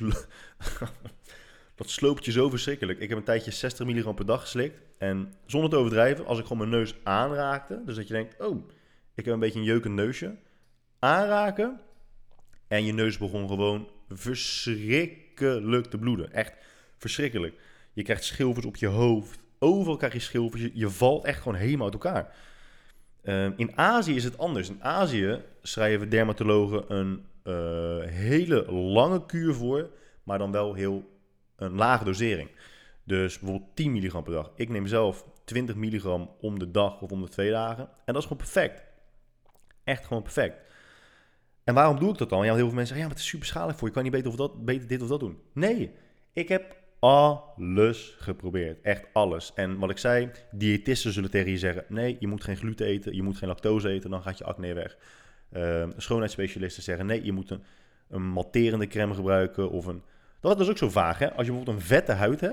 Dat sloopt je zo verschrikkelijk. Ik heb een tijdje 60 milligram per dag geslikt. En zonder te overdrijven, als ik gewoon mijn neus aanraakte, dus dat je denkt, oh, ik heb een beetje een jeukend neusje, aanraken en je neus begon gewoon verschrikkelijk te bloeden. Echt verschrikkelijk. Je krijgt schilfers op je hoofd. Overal krijg je schilfers. Je valt echt gewoon helemaal uit elkaar. In Azië is het anders. In Azië schrijven dermatologen een hele lange kuur voor, maar dan wel een lage dosering. Dus bijvoorbeeld 10 milligram per dag. Ik neem zelf 20 milligram om de dag of om de 2 dagen. En dat is gewoon perfect. Echt gewoon perfect. En waarom doe ik dat dan? Ja, heel veel mensen zeggen, ja, maar het is super schadelijk voor je. Je kan niet beter dit of dat doen. Nee, ik heb alles geprobeerd. Echt alles. En wat ik zei, diëtisten zullen tegen je zeggen, nee, je moet geen gluten eten, je moet geen lactose eten, dan gaat je acne weg. Schoonheidsspecialisten zeggen, nee, je moet een matterende crème gebruiken of een... Dat is ook zo vaag, hè? Als je bijvoorbeeld een vette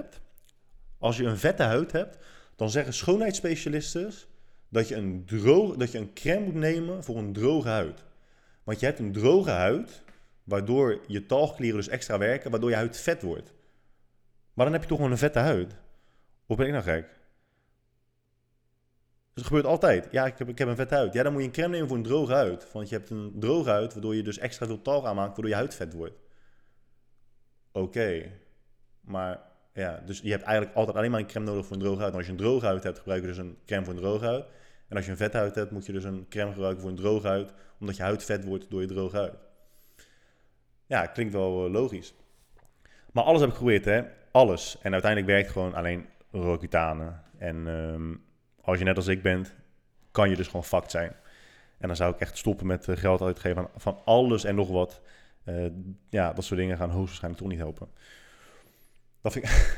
huid hebt, dan zeggen schoonheidsspecialisten dat je een crème moet nemen voor een droge huid. Want je hebt een droge huid, waardoor je talgklieren dus extra werken, waardoor je huid vet wordt. Maar dan heb je toch gewoon een vette huid. Of ben ik nou gek? Dus dat gebeurt altijd. Ja, ik heb een vette huid. Ja, dan moet je een crème nemen voor een droge huid. Want je hebt een droge huid, waardoor je dus extra veel talg aanmaakt, waardoor je huid vet wordt. Oké. Maar ja, dus je hebt eigenlijk altijd alleen maar een crème nodig voor een droge huid. En als je een droge huid hebt, gebruik je dus een crème voor een droge huid. En als je een vette huid hebt, moet je dus een crème gebruiken voor een droge huid, omdat je huid vet wordt door je droge huid. Ja, klinkt wel logisch. Maar alles heb ik geprobeerd, hè. Alles. En uiteindelijk werkt gewoon alleen Roaccutane. En als je net als ik bent, kan je dus gewoon fucked zijn. En dan zou ik echt stoppen met geld uitgeven van alles en nog wat. Ja, dat soort dingen gaan hoogstwaarschijnlijk toch niet helpen. Dat vind ik...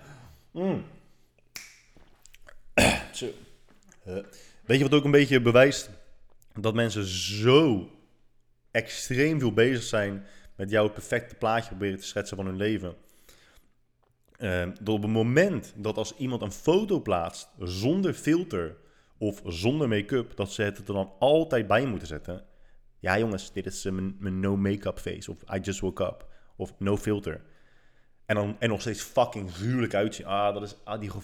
Zo. Weet je wat ook een beetje bewijst dat mensen zo extreem veel bezig zijn met jou het perfecte plaatje proberen te schetsen van hun leven? Dat op het moment dat als iemand een foto plaatst zonder filter of zonder make-up, dat ze het er dan altijd bij moeten zetten. Ja jongens, dit is mijn no make-up face. Of I just woke up. Of no filter. En nog steeds fucking gruwelijk uitzien. Dat is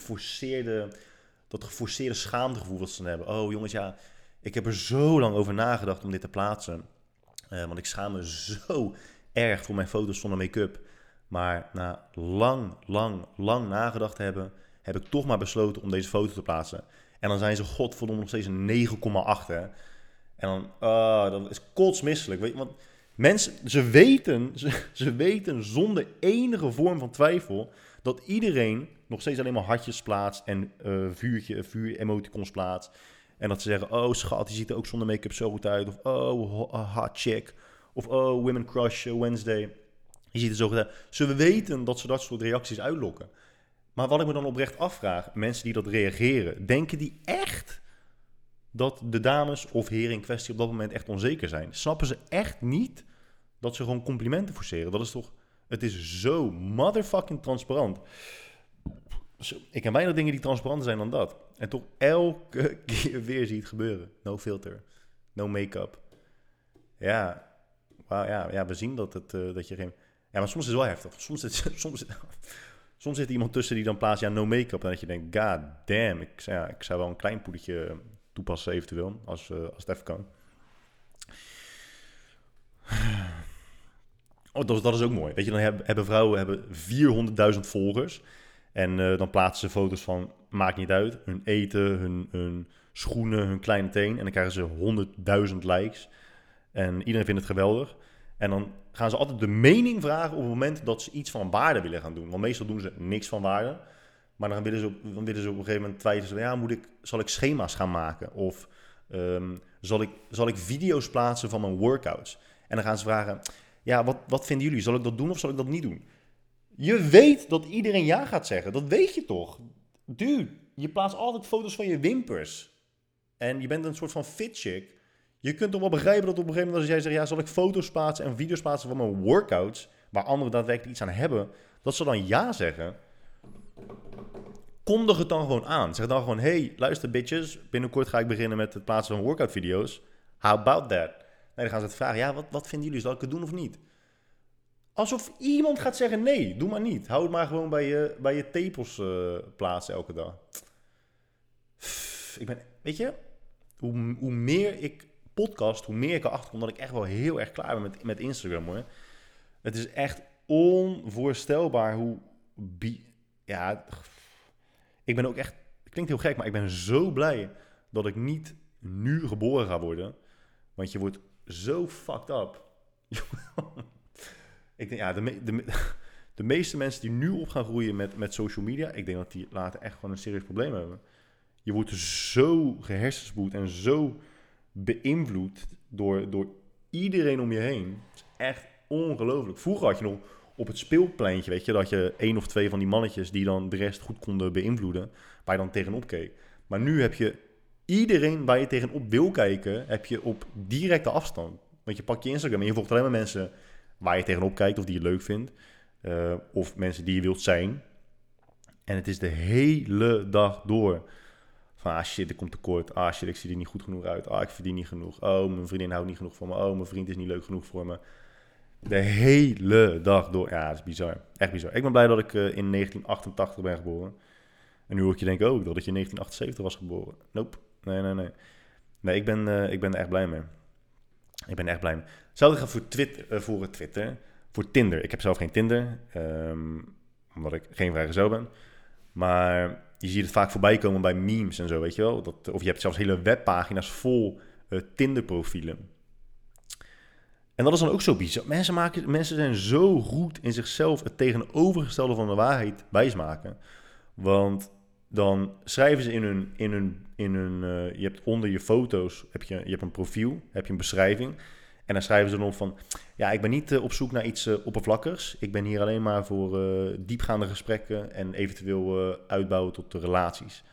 dat geforceerde schaamtegevoel dat ze dan hebben. Oh jongens, ja, ik heb er zo lang over nagedacht om dit te plaatsen. Want ik schaam me zo erg voor mijn foto's zonder make-up. Maar na lang nagedacht te hebben, heb ik toch maar besloten om deze foto te plaatsen. En dan zijn ze godverdomme nog steeds een 9,8, hè. En dan, dat is kotsmisselijk. Weet je, want mensen, ze weten zonder enige vorm van twijfel dat iedereen nog steeds alleen maar hartjes plaatst en vuur-emoticons plaatst. En dat ze zeggen, oh schat, die ziet er ook zonder make-up zo goed uit. Of oh, hot chick. Of oh, women crush Wednesday. Je ziet er zo goed uit. Ze weten dat ze dat soort reacties uitlokken. Maar wat ik me dan oprecht afvraag, mensen die dat reageren, denken die echt dat de dames of heren in kwestie op dat moment echt onzeker zijn? Snappen ze echt niet dat ze gewoon complimenten forceren? Dat is toch, het is zo motherfucking transparant. Ik ken weinig dingen die transparanter zijn dan dat. En toch elke keer weer zie je het gebeuren. No filter, no make-up. Ja, wow, ja, we zien dat je geen... Ja, maar soms is het wel heftig. Soms zit iemand tussen die dan plaatst, ja, no make-up. En dat je denkt, god damn, ik zou wel een klein poedertje toepassen eventueel, als het even kan. Oh, dat is ook mooi. Weet je, dan hebben vrouwen 400.000 volgers. En dan plaatsen ze foto's van, maakt niet uit, hun eten, hun schoenen, hun kleine teen. En dan krijgen ze 100.000 likes. En iedereen vindt het geweldig. En dan gaan ze altijd de mening vragen op het moment dat ze iets van waarde willen gaan doen. Want meestal doen ze niks van waarde. Maar dan willen ze op een gegeven moment twijfelen. Ja, zal ik schema's gaan maken? Of zal ik video's plaatsen van mijn workouts? En dan gaan ze vragen, ja, wat vinden jullie? Zal ik dat doen of zal ik dat niet doen? Je weet dat iedereen ja gaat zeggen. Dat weet je toch? Dude, je plaatst altijd foto's van je wimpers. En je bent een soort van fit chick. Je kunt toch wel begrijpen dat op een gegeven moment als jij zegt, ja, zal ik foto's plaatsen en video's plaatsen van mijn workouts, waar anderen daadwerkelijk iets aan hebben, dat ze dan ja zeggen. Kondig het dan gewoon aan. Zeg dan gewoon, hey, luister bitches, binnenkort ga ik beginnen met het plaatsen van workout video's. How about that? Nee, dan gaan ze het vragen, ja, wat vinden jullie? Zal ik het doen of niet? Alsof iemand gaat zeggen, nee, doe maar niet. Hou het maar gewoon bij je tepels plaatsen elke dag. Weet je, hoe meer ik podcast, hoe meer ik erachter kom dat ik echt wel heel erg klaar ben met Instagram, hoor. Het is echt onvoorstelbaar hoe... ik ben ook echt... Het klinkt heel gek, maar ik ben zo blij dat ik niet nu geboren ga worden. Want je wordt zo fucked up. Ik denk, ja, de meeste mensen die nu op gaan groeien met social media, ik denk dat die later echt gewoon een serieus probleem hebben. Je wordt zo gehersenspoeld en zo beïnvloed door iedereen om je heen. Het is echt ongelooflijk. Vroeger had je nog op het speelpleintje, weet je, dat je 1 of 2 van die mannetjes die dan de rest goed konden beïnvloeden, waar je dan tegenop keek. Maar nu heb je iedereen waar je tegenop wil kijken, heb je op directe afstand. Want je pakt je Instagram en je volgt alleen maar mensen waar je tegenop kijkt of die je leuk vindt. Of mensen die je wilt zijn. En het is de hele dag door. Van, shit, ik kom tekort. Shit, ik zie er niet goed genoeg uit. Ik verdien niet genoeg. Oh, mijn vriendin houdt niet genoeg van me. Oh, mijn vriend is niet leuk genoeg voor me. De hele dag door. Ja, dat is bizar. Echt bizar. Ik ben blij dat ik in 1988 ben geboren. En nu hoor ik je denken ook dat je in 1978 was geboren. Nope. Nee. Nee, ik ben er echt blij mee. Ik ben er echt blij mee. Hetzelfde gaat voor Twitter. Voor Tinder. Ik heb zelf geen Tinder. Omdat ik geen vrijgezel ben. Maar je ziet het vaak voorbij komen bij memes en zo, weet je wel. Of je hebt zelfs hele webpagina's vol Tinder-profielen. En dat is dan ook zo bizar. Mensen zijn zo goed in zichzelf het tegenovergestelde van de waarheid wijsmaken. Want dan schrijven ze in hun je hebt onder je foto's, je hebt een profiel, heb je een beschrijving. En dan schrijven ze dan op van, ja, ik ben niet op zoek naar iets oppervlakkigs. Ik ben hier alleen maar voor diepgaande gesprekken en eventueel uitbouwen tot de relaties.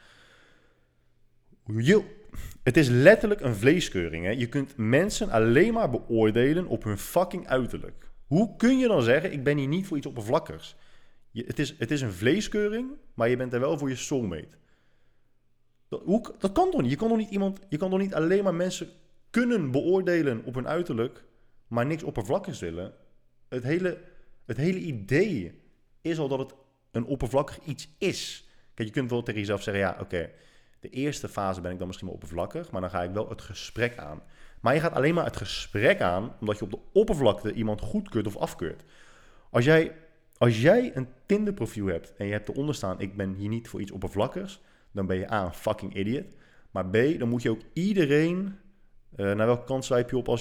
Het is letterlijk een vleeskeuring. Hè? Je kunt mensen alleen maar beoordelen op hun fucking uiterlijk. Hoe kun je dan zeggen, ik ben hier niet voor iets oppervlakkigs? Het is een vleeskeuring, maar je bent er wel voor je soulmate. Dat kan toch niet? Je kan toch niet alleen maar mensen kunnen beoordelen op hun uiterlijk, maar niks oppervlakkigs willen? Het hele idee is al dat het een oppervlakkig iets is. Kijk, je kunt wel tegen jezelf zeggen, ja, oké, de eerste fase ben ik dan misschien wel oppervlakkig, maar dan ga ik wel het gesprek aan. Maar je gaat alleen maar het gesprek aan omdat je op de oppervlakte iemand goedkeurt of afkeurt. Als jij een Tinder-profiel hebt en je hebt eronder staan, ik ben hier niet voor iets oppervlakkigs, dan ben je A, een fucking idiot. Maar B, dan moet je ook iedereen, naar welke kant swipe je op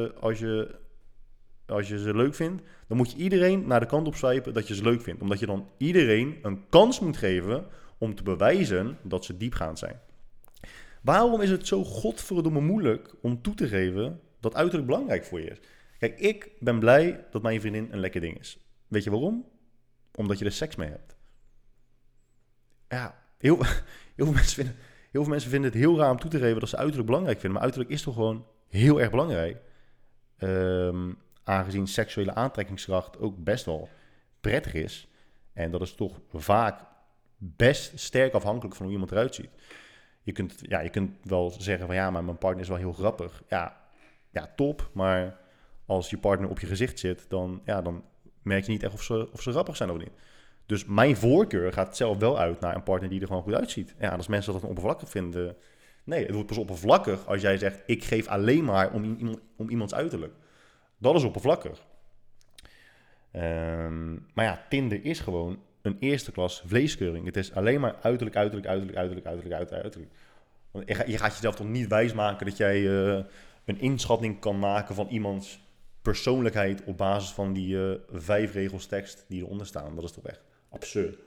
als je ze leuk vindt, dan moet je iedereen naar de kant op swipen dat je ze leuk vindt. Omdat je dan iedereen een kans moet geven om te bewijzen dat ze diepgaand zijn. Waarom is het zo godverdomme moeilijk om toe te geven dat uiterlijk belangrijk voor je is? Kijk, ik ben blij dat mijn vriendin een lekker ding is. Weet je waarom? Omdat je er seks mee hebt. Ja, heel veel mensen vinden het heel raar om toe te geven dat ze uiterlijk belangrijk vinden. Maar uiterlijk is toch gewoon heel erg belangrijk. Aangezien seksuele aantrekkingskracht ook best wel prettig is. En dat is toch vaak best sterk afhankelijk van hoe iemand eruit ziet. Je kunt wel zeggen van ja, maar mijn partner is wel heel grappig. Ja, top. Maar als je partner op je gezicht zit, dan merk je niet echt of ze grappig zijn of niet. Dus mijn voorkeur gaat zelf wel uit naar een partner die er gewoon goed uitziet. Ja, als mensen dat onoppervlakkig vinden. Nee, het wordt pas oppervlakkig als jij zegt, ik geef alleen maar om iemands uiterlijk. Dat is oppervlakkig. Maar ja, Tinder is gewoon een eerste klas vleeskeuring. Het is alleen maar uiterlijk. Want je gaat jezelf toch niet wijsmaken dat jij een inschatting kan maken van iemands persoonlijkheid op basis van die 5 regels tekst die eronder staan. Dat is toch echt absurd.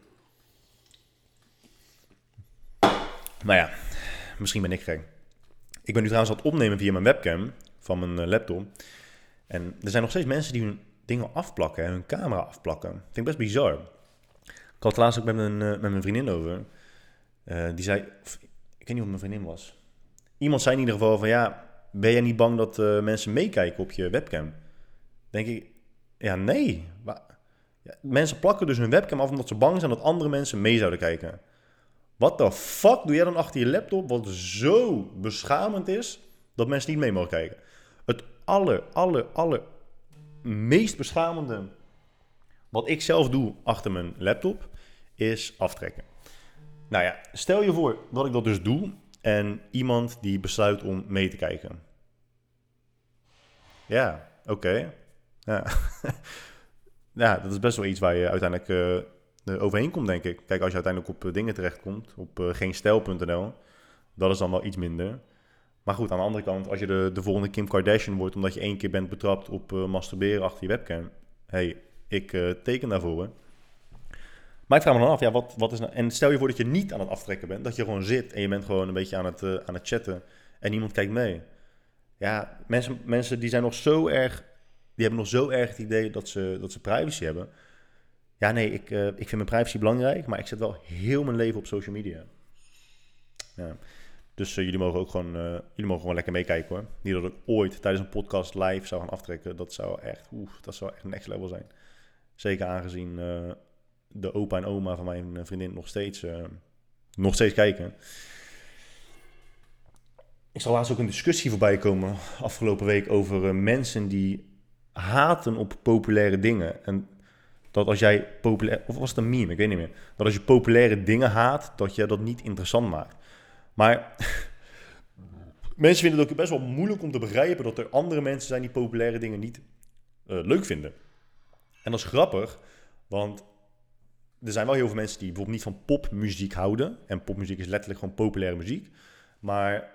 Maar ja, misschien ben ik gek. Ik ben nu trouwens aan het opnemen via mijn webcam van mijn laptop. En er zijn nog steeds mensen die hun dingen afplakken, hun camera afplakken. Dat vind ik best bizar. Ik had het laatst ook met mijn vriendin over. Die zei, ik weet niet of mijn vriendin was. Iemand zei in ieder geval van ja, ben jij niet bang dat mensen meekijken op je webcam? Denk ik, ja nee. Mensen plakken dus hun webcam af omdat ze bang zijn dat andere mensen mee zouden kijken. What the fuck doe jij dan achter je laptop wat zo beschamend is dat mensen niet mee mogen kijken? Het aller meest beschamende wat ik zelf doe achter mijn laptop is aftrekken. Nou ja, stel je voor dat ik dat dus doe en iemand die besluit om mee te kijken. Ja, oké. Ja. Ja, dat is best wel iets waar je uiteindelijk overheen komt, denk ik. Kijk, als je uiteindelijk op dingen terechtkomt, op geenstijl.nl, dat is dan wel iets minder. Maar goed, aan de andere kant, als je de volgende Kim Kardashian wordt omdat je 1 keer bent betrapt op masturberen achter je webcam. Ik teken daarvoor. Hè. Maar ik vraag me dan af, ja, wat is nou... En stel je voor dat je niet aan het aftrekken bent, dat je gewoon zit en je bent gewoon een beetje aan het chatten en niemand kijkt mee. Ja, mensen die zijn nog zo erg, die hebben nog zo erg het idee dat ze privacy hebben. Ja, nee, ik vind mijn privacy belangrijk, maar ik zet wel heel mijn leven op social media. Ja. Dus jullie mogen ook gewoon lekker meekijken hoor. Niet dat ik ooit tijdens een podcast live zou gaan aftrekken. Dat zou echt next level zijn. Zeker aangezien de opa en oma van mijn vriendin nog steeds kijken. Ik zag laatst ook een discussie voorbij komen afgelopen week over mensen die haten op populaire dingen. En dat als jij of was het een meme, ik weet niet meer. Dat als je populaire dingen haat, dat je dat niet interessant maakt. Maar mensen vinden het ook best wel moeilijk om te begrijpen dat er andere mensen zijn die populaire dingen niet leuk vinden. En dat is grappig, want er zijn wel heel veel mensen die bijvoorbeeld niet van popmuziek houden. En popmuziek is letterlijk gewoon populaire muziek. Maar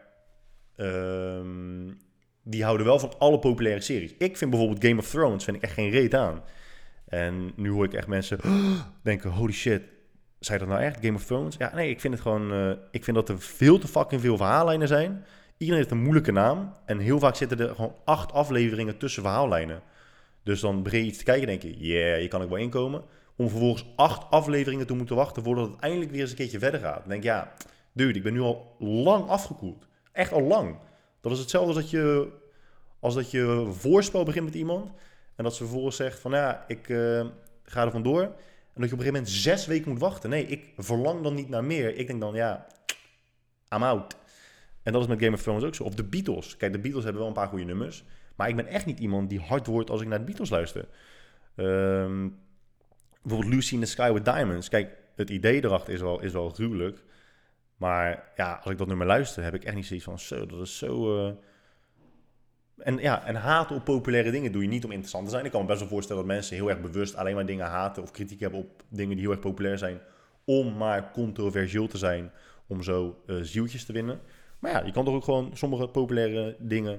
die houden wel van alle populaire series. Ik vind bijvoorbeeld Game of Thrones vind ik echt geen reet aan. En nu hoor ik echt mensen denken, holy shit, zei dat nou echt, Game of Thrones? Ja, nee, ik vind het gewoon, ik vind dat er veel te fucking veel verhaallijnen zijn. Iedereen heeft een moeilijke naam. En heel vaak zitten er gewoon 8 afleveringen tussen verhaallijnen. Dus dan begin je iets te kijken en denk je, hier kan ik wel inkomen. Om vervolgens 8 afleveringen te moeten wachten voordat het eindelijk weer eens een keertje verder gaat. Dan denk je, ja, dude, ik ben nu al lang afgekoeld. Echt al lang. Dat is hetzelfde als dat je voorspel begint met iemand. En dat ze vervolgens zegt van, ja, ik ga er vandoor. En dat je op een gegeven moment 6 weken moet wachten. Nee, ik verlang dan niet naar meer. Ik denk dan, ja, I'm out. En dat is met Game of Thrones ook zo. Of de Beatles. Kijk, de Beatles hebben wel een paar goede nummers. Maar ik ben echt niet iemand die hard wordt als ik naar de Beatles luister. Bijvoorbeeld Lucy in the Sky with Diamonds. Kijk, het idee erachter is wel gruwelijk. Maar ja, als ik dat nummer luister, heb ik echt niet zoiets van, zo, dat is zo... En haten op populaire dingen doe je niet om interessant te zijn. Ik kan me best wel voorstellen dat mensen heel erg bewust alleen maar dingen haten of kritiek hebben op dingen die heel erg populair zijn, om maar controversieel te zijn, om zo zieltjes te winnen. Maar ja, je kan toch ook gewoon sommige populaire dingen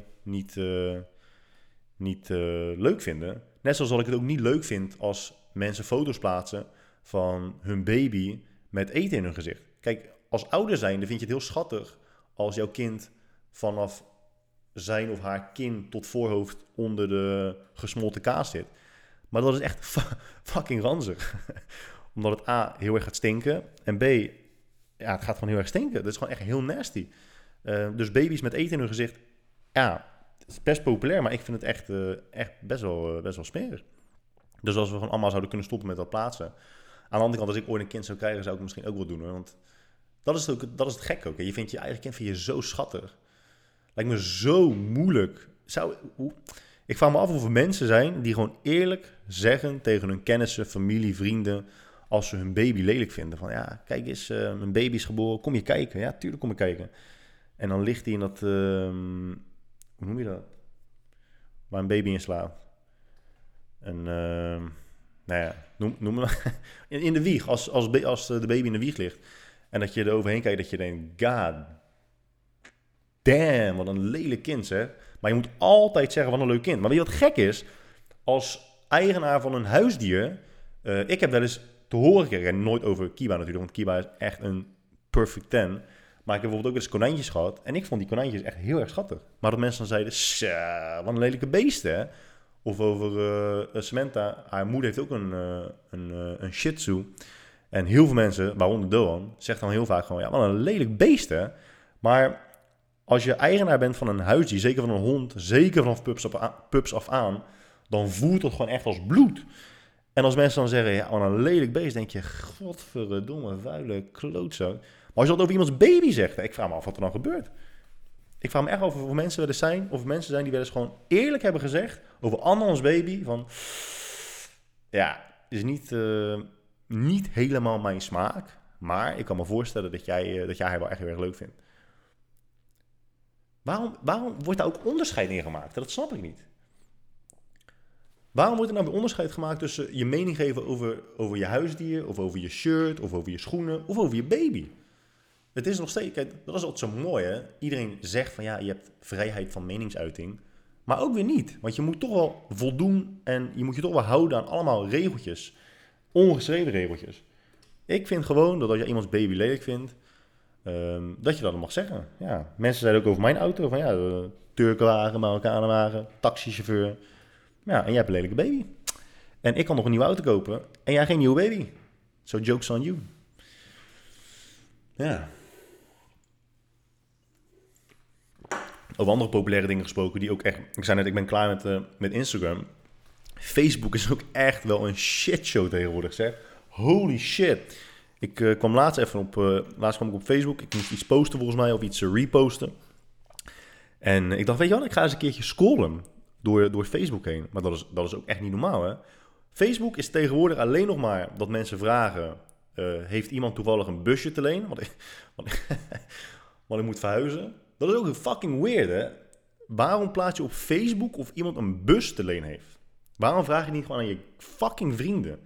niet leuk vinden. Net zoals dat ik het ook niet leuk vind als mensen foto's plaatsen van hun baby met eten in hun gezicht. Kijk, als ouder zijnde vind je het heel schattig als jouw kind vanaf zijn of haar kin tot voorhoofd onder de gesmolten kaas zit. Maar dat is echt fucking ranzig. Omdat het A, heel erg gaat stinken. En B, ja, het gaat gewoon heel erg stinken. Dat is gewoon echt heel nasty. Dus baby's met eten in hun gezicht, ja, het is best populair, maar ik vind het echt best wel smerig. Dus als we gewoon allemaal zouden kunnen stoppen met dat plaatsen. Aan de andere kant, als ik ooit een kind zou krijgen, zou ik het misschien ook wel doen. Hoor. Want dat is het gek ook. Hè. Je vindt je eigen kind zo schattig. Lijkt me zo moeilijk. Ik vraag me af of er mensen zijn die gewoon eerlijk zeggen tegen hun kennissen, familie, vrienden, als ze hun baby lelijk vinden. Van ja, kijk eens, mijn baby is geboren, kom je kijken? Ja, tuurlijk kom ik kijken. En dan ligt hij in dat, hoe noem je dat? Waar een baby in slaapt. En, nou ja, noem maar. In de wieg, als de baby in de wieg ligt. En dat je er overheen kijkt, dat je denkt, god damn, wat een lelijk kind, zeg. Maar je moet altijd zeggen, wat een leuk kind. Maar weet je wat gek is? Als eigenaar van een huisdier, ik heb wel eens te horen gekregen, en nooit over Kiba natuurlijk, want Kiba is echt een perfect 10. Maar ik heb bijvoorbeeld ook eens konijntjes gehad, en ik vond die konijntjes echt heel erg schattig. Maar dat mensen dan zeiden, wat een lelijke beest, hè. Of over Samantha, haar moeder heeft ook een shih tzu. En heel veel mensen, waaronder Doan, zegt dan heel vaak gewoon, ja, wat een lelijk beest, hè. Maar als je eigenaar bent van een huisdier, zeker van een hond, zeker vanaf pups af aan, dan voelt het gewoon echt als bloed. En als mensen dan zeggen, ja, wat een lelijk beest, denk je, godverdomme, vuile klootzak. Maar als je dat over iemands baby zegt, ik vraag me af wat er dan gebeurt. Ik vraag me echt af of er mensen willen zijn, of mensen zijn die wel eens gewoon eerlijk hebben gezegd over andermans baby, van, ja, is niet helemaal mijn smaak, maar ik kan me voorstellen dat jij haar wel echt heel erg leuk vindt. Waarom wordt daar ook onderscheid in gemaakt? Dat snap ik niet. Waarom wordt er nou weer onderscheid gemaakt tussen je mening geven over je huisdier, of over je shirt, of over je schoenen, of over je baby? Het is nog steeds, kijk, dat is altijd zo mooi, hè? Iedereen zegt van ja, je hebt vrijheid van meningsuiting, maar ook weer niet. Want je moet toch wel voldoen en je moet je toch wel houden aan allemaal regeltjes, ongeschreven regeltjes. Ik vind gewoon dat als je iemands baby lelijk vindt, dat je dat dan mag zeggen. Ja, mensen zeiden ook over mijn auto, van ja, Turkenwagen, Marokkanenwagen, taxichauffeur. Ja, en jij hebt een lelijke baby. En ik kan nog een nieuwe auto kopen en jij geen nieuwe baby. So joke's on you. Ja. Over andere populaire dingen gesproken die ook echt... Ik zei net, ik ben klaar met Instagram. Facebook is ook echt wel een shitshow tegenwoordig, zeg. Holy shit. Ik kwam laatst kwam ik op Facebook. Ik moest iets posten volgens mij, of iets reposten. En ik dacht, weet je wat, ik ga eens een keertje scrollen door Facebook heen. Maar dat is ook echt niet normaal, hè. Facebook is tegenwoordig alleen nog maar dat mensen vragen... heeft iemand toevallig een busje te lenen? Want ik moet verhuizen. Dat is ook fucking weird, hè. Waarom plaats je op Facebook of iemand een bus te leen heeft? Waarom vraag je niet gewoon aan je fucking vrienden?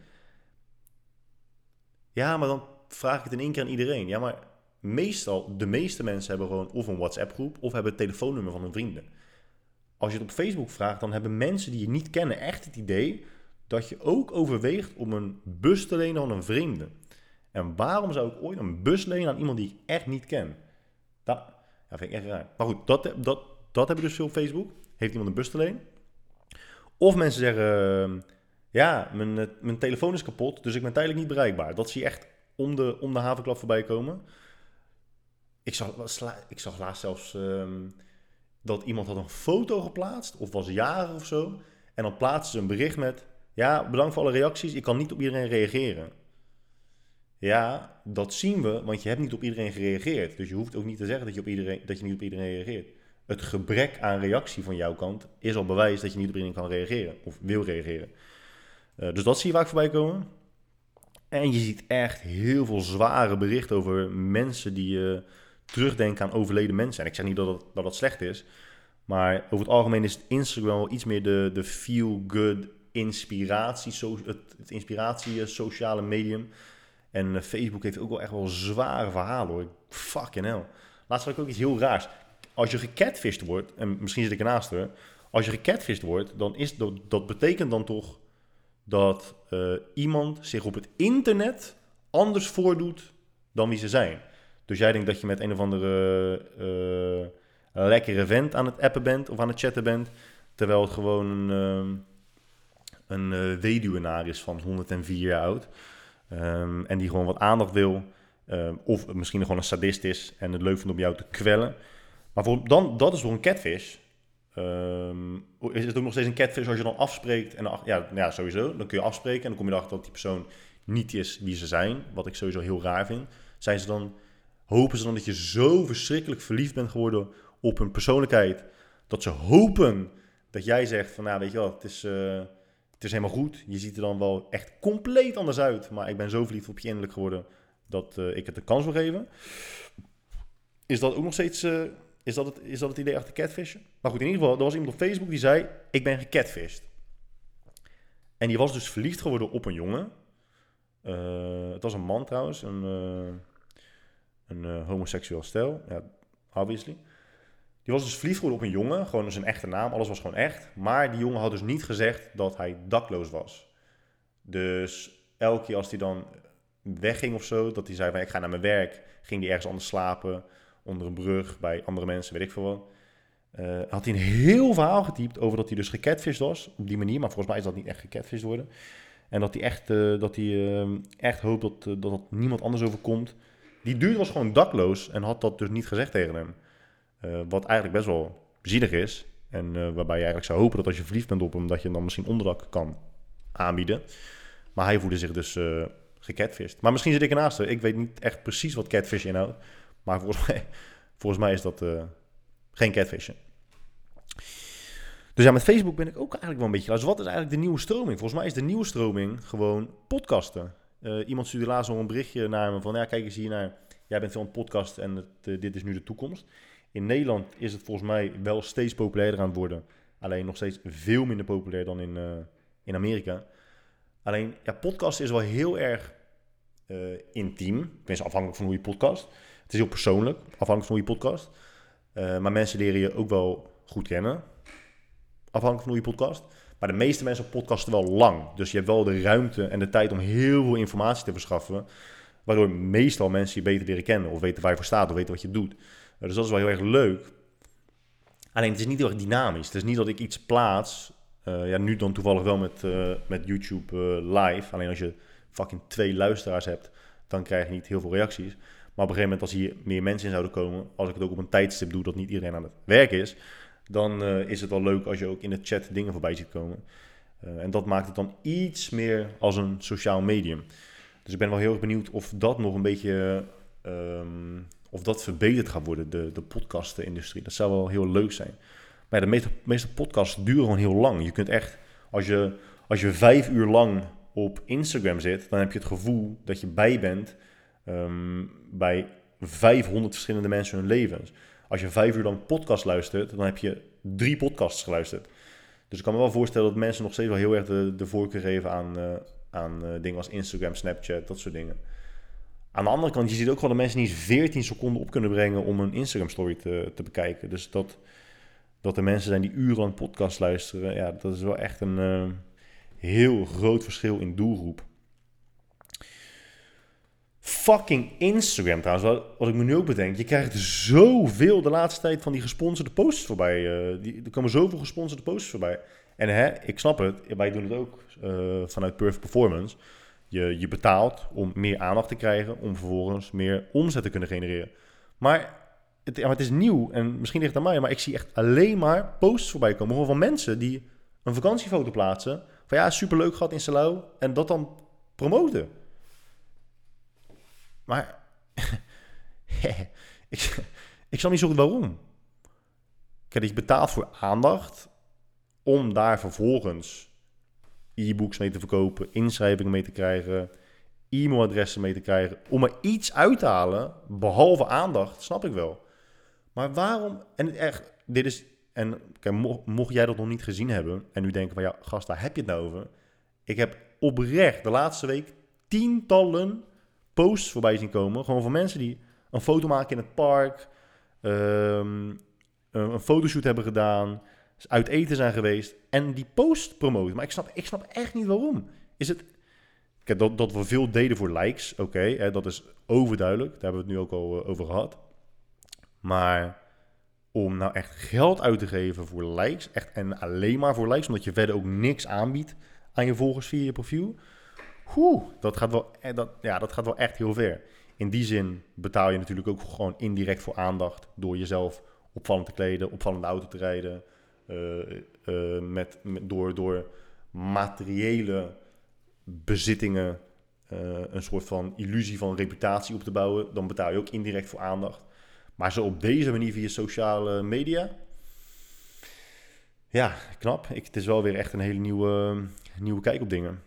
Ja, maar dan vraag ik het in één keer aan iedereen. Ja, maar de meeste mensen hebben gewoon of een WhatsApp-groep of hebben het telefoonnummer van hun vrienden. Als je het op Facebook vraagt, dan hebben mensen die je niet kennen echt het idee dat je ook overweegt om een bus te lenen aan een vreemde. En waarom zou ik ooit een bus lenen aan iemand die ik echt niet ken? Dat vind ik echt raar. Maar goed, dat heb ik dus veel op Facebook. Heeft iemand een bus te lenen? Of mensen zeggen... Ja, mijn telefoon is kapot, dus ik ben tijdelijk niet bereikbaar. Dat zie je echt om de havenklap voorbij komen. Ik zag laatst zelfs dat iemand had een foto geplaatst, of was jarig of zo. En dan plaatste ze een bericht met... Ja, bedankt voor alle reacties, ik kan niet op iedereen reageren. Ja, dat zien we, want je hebt niet op iedereen gereageerd. Dus je hoeft ook niet te zeggen dat je niet op iedereen reageert. Het gebrek aan reactie van jouw kant is al bewijs dat je niet op iedereen kan reageren of wil reageren. Dus dat zie je vaak voorbij komen. En je ziet echt heel veel zware berichten over mensen die terugdenken aan overleden mensen. En ik zeg niet dat slecht is, maar over het algemeen is Instagram wel iets meer de feel-good inspiratie, het inspiratie sociale medium. En Facebook heeft ook wel echt wel zware verhalen hoor. Fucking hell. Laatst had ik ook iets heel raars. Als je gecatfished wordt, en misschien zit ik ernaast hoor. Als je gecatfished wordt, dan is dat betekent dan toch dat iemand zich op het internet anders voordoet dan wie ze zijn. Dus jij denkt dat je met een of andere lekkere vent aan het appen bent of aan het chatten bent, terwijl het gewoon een weduwenaar is van 104 jaar oud. En die gewoon wat aandacht wil. Of misschien gewoon een sadist is en het leuk vindt om jou te kwellen. Maar dat is voor een catfish. Is het ook nog steeds een catfish als je dan afspreekt? En ja, sowieso. Dan kun je afspreken en dan kom je erachter dat die persoon niet is wie ze zijn. Wat ik sowieso heel raar vind. Hopen ze dan dat je zo verschrikkelijk verliefd bent geworden op hun persoonlijkheid. Dat ze hopen dat jij zegt van, nou weet je wel, het is helemaal goed. Je ziet er dan wel echt compleet anders uit. Maar ik ben zo verliefd op je innerlijk geworden dat ik het een kans wil geven. Is dat ook nog steeds... Is dat het idee achter catfishen? Maar goed, in ieder geval, er was iemand op Facebook die zei, ik ben gecatfished. En die was dus verliefd geworden op een jongen. Het was een man trouwens, een homoseksueel stel. Ja, obviously. Die was dus verliefd geworden op een jongen, gewoon zijn echte naam, alles was gewoon echt. Maar die jongen had dus niet gezegd dat hij dakloos was. Dus elke keer als hij dan wegging of zo, dat hij zei van ik ga naar mijn werk, ging hij ergens anders slapen, onder een brug, bij andere mensen, weet ik veel wat. Had hij een heel verhaal getypt over dat hij dus gecatfished was, op die manier. Maar volgens mij is dat niet echt gecatfished worden. En dat hij echt hoopt dat niemand anders overkomt. Die dude was gewoon dakloos en had dat dus niet gezegd tegen hem. Wat eigenlijk best wel zielig is. En waarbij je eigenlijk zou hopen dat als je verliefd bent op hem, dat je hem dan misschien onderdak kan aanbieden. Maar hij voelde zich dus gecatfished. Maar misschien zit ik ernaast. Ik weet niet echt precies wat catfish inhoudt. Maar volgens mij is dat geen catfishen. Dus ja, met Facebook ben ik ook eigenlijk wel een beetje... Dus wat is eigenlijk de nieuwe stroming? Volgens mij is de nieuwe stroming gewoon podcasten. Iemand stuurde laatst nog een berichtje naar me van... Ja, kijk eens hier naar... Jij bent veel aan het podcasten en dit is nu de toekomst. In Nederland is het volgens mij wel steeds populairder aan het worden. Alleen nog steeds veel minder populair dan in Amerika. Alleen, ja, podcasten is wel heel erg intiem. Tenminste, afhankelijk van hoe je podcast. Het is heel persoonlijk, afhankelijk van hoe je podcast. Maar mensen leren je ook wel goed kennen. Afhankelijk van hoe je podcast. Maar de meeste mensen podcasten wel lang. Dus je hebt wel de ruimte en de tijd om heel veel informatie te verschaffen. Waardoor meestal mensen je beter leren kennen. Of weten waar je voor staat of weten wat je doet. Dus dat is wel heel erg leuk. Alleen het is niet heel erg dynamisch. Het is niet dat ik iets plaats. Nu dan toevallig wel met YouTube live. Alleen als je fucking 2 luisteraars hebt, dan krijg je niet heel veel reacties. Maar op een gegeven moment als hier meer mensen in zouden komen, als ik het ook op een tijdstip doe dat niet iedereen aan het werk is, dan is het wel leuk als je ook in de chat dingen voorbij ziet komen. En dat maakt het dan iets meer als een sociaal medium. Dus ik ben wel heel erg benieuwd of dat nog een beetje, of dat verbeterd gaat worden, de podcastenindustrie. Dat zou wel heel leuk zijn. Maar ja, de meeste podcasts duren gewoon heel lang. Je kunt echt, als je 5 uur lang op Instagram zit, dan heb je het gevoel dat je bij bent bij 500 verschillende mensen hun levens. Als je 5 uur lang podcast luistert, dan heb je 3 podcasts geluisterd. Dus ik kan me wel voorstellen dat mensen nog steeds wel heel erg de voorkeur geven aan dingen als Instagram, Snapchat, dat soort dingen. Aan de andere kant, je ziet ook wel dat mensen niet 14 seconden op kunnen brengen om een Instagram story te bekijken. Dus dat er mensen zijn die urenlang podcast luisteren, ja, dat is wel echt een heel groot verschil in doelgroep. Fucking Instagram trouwens, wat ik me nu ook bedenk. Je krijgt zoveel de laatste tijd van die gesponsorde posts voorbij. Er komen zoveel gesponsorde posts voorbij. En ik snap het, wij doen het ook vanuit Perfect Performance. Je betaalt om meer aandacht te krijgen, om vervolgens meer omzet te kunnen genereren. Maar het is nieuw en misschien ligt het aan mij, maar ik zie echt alleen maar posts voorbij komen. Gewoon van mensen die een vakantiefoto plaatsen. Van ja, superleuk gehad in Salau en dat dan promoten. Maar ik snap niet zo goed waarom. Kijk, je betaalt voor aandacht om daar vervolgens e-books mee te verkopen, inschrijvingen mee te krijgen, e-mailadressen mee te krijgen, om er iets uit te halen, behalve aandacht, snap ik wel. Maar waarom, en echt, dit is, en kijk, mocht jij dat nog niet gezien hebben, en nu denken van, ja, gast, waar heb je het nou over? Ik heb oprecht de laatste week tientallen posts voorbij zien komen, gewoon van mensen die een foto maken in het park, een fotoshoot hebben gedaan, uit eten zijn geweest en die post promoten. Maar ik snap echt niet waarom. Is het... Kijk, dat we veel deden voor likes, oké, dat is overduidelijk. Daar hebben we het nu ook al over gehad. Maar om nou echt geld uit te geven voor likes, echt en alleen maar voor likes, omdat je verder ook niks aanbiedt aan je volgers via je profiel, dat gaat wel echt heel ver. In die zin betaal je natuurlijk ook gewoon indirect voor aandacht door jezelf opvallend te kleden, opvallende auto te rijden, door materiële bezittingen een soort van illusie van reputatie op te bouwen, dan betaal je ook indirect voor aandacht. Maar zo op deze manier via sociale media, ja, knap. Het is wel weer echt een hele nieuwe kijk op dingen.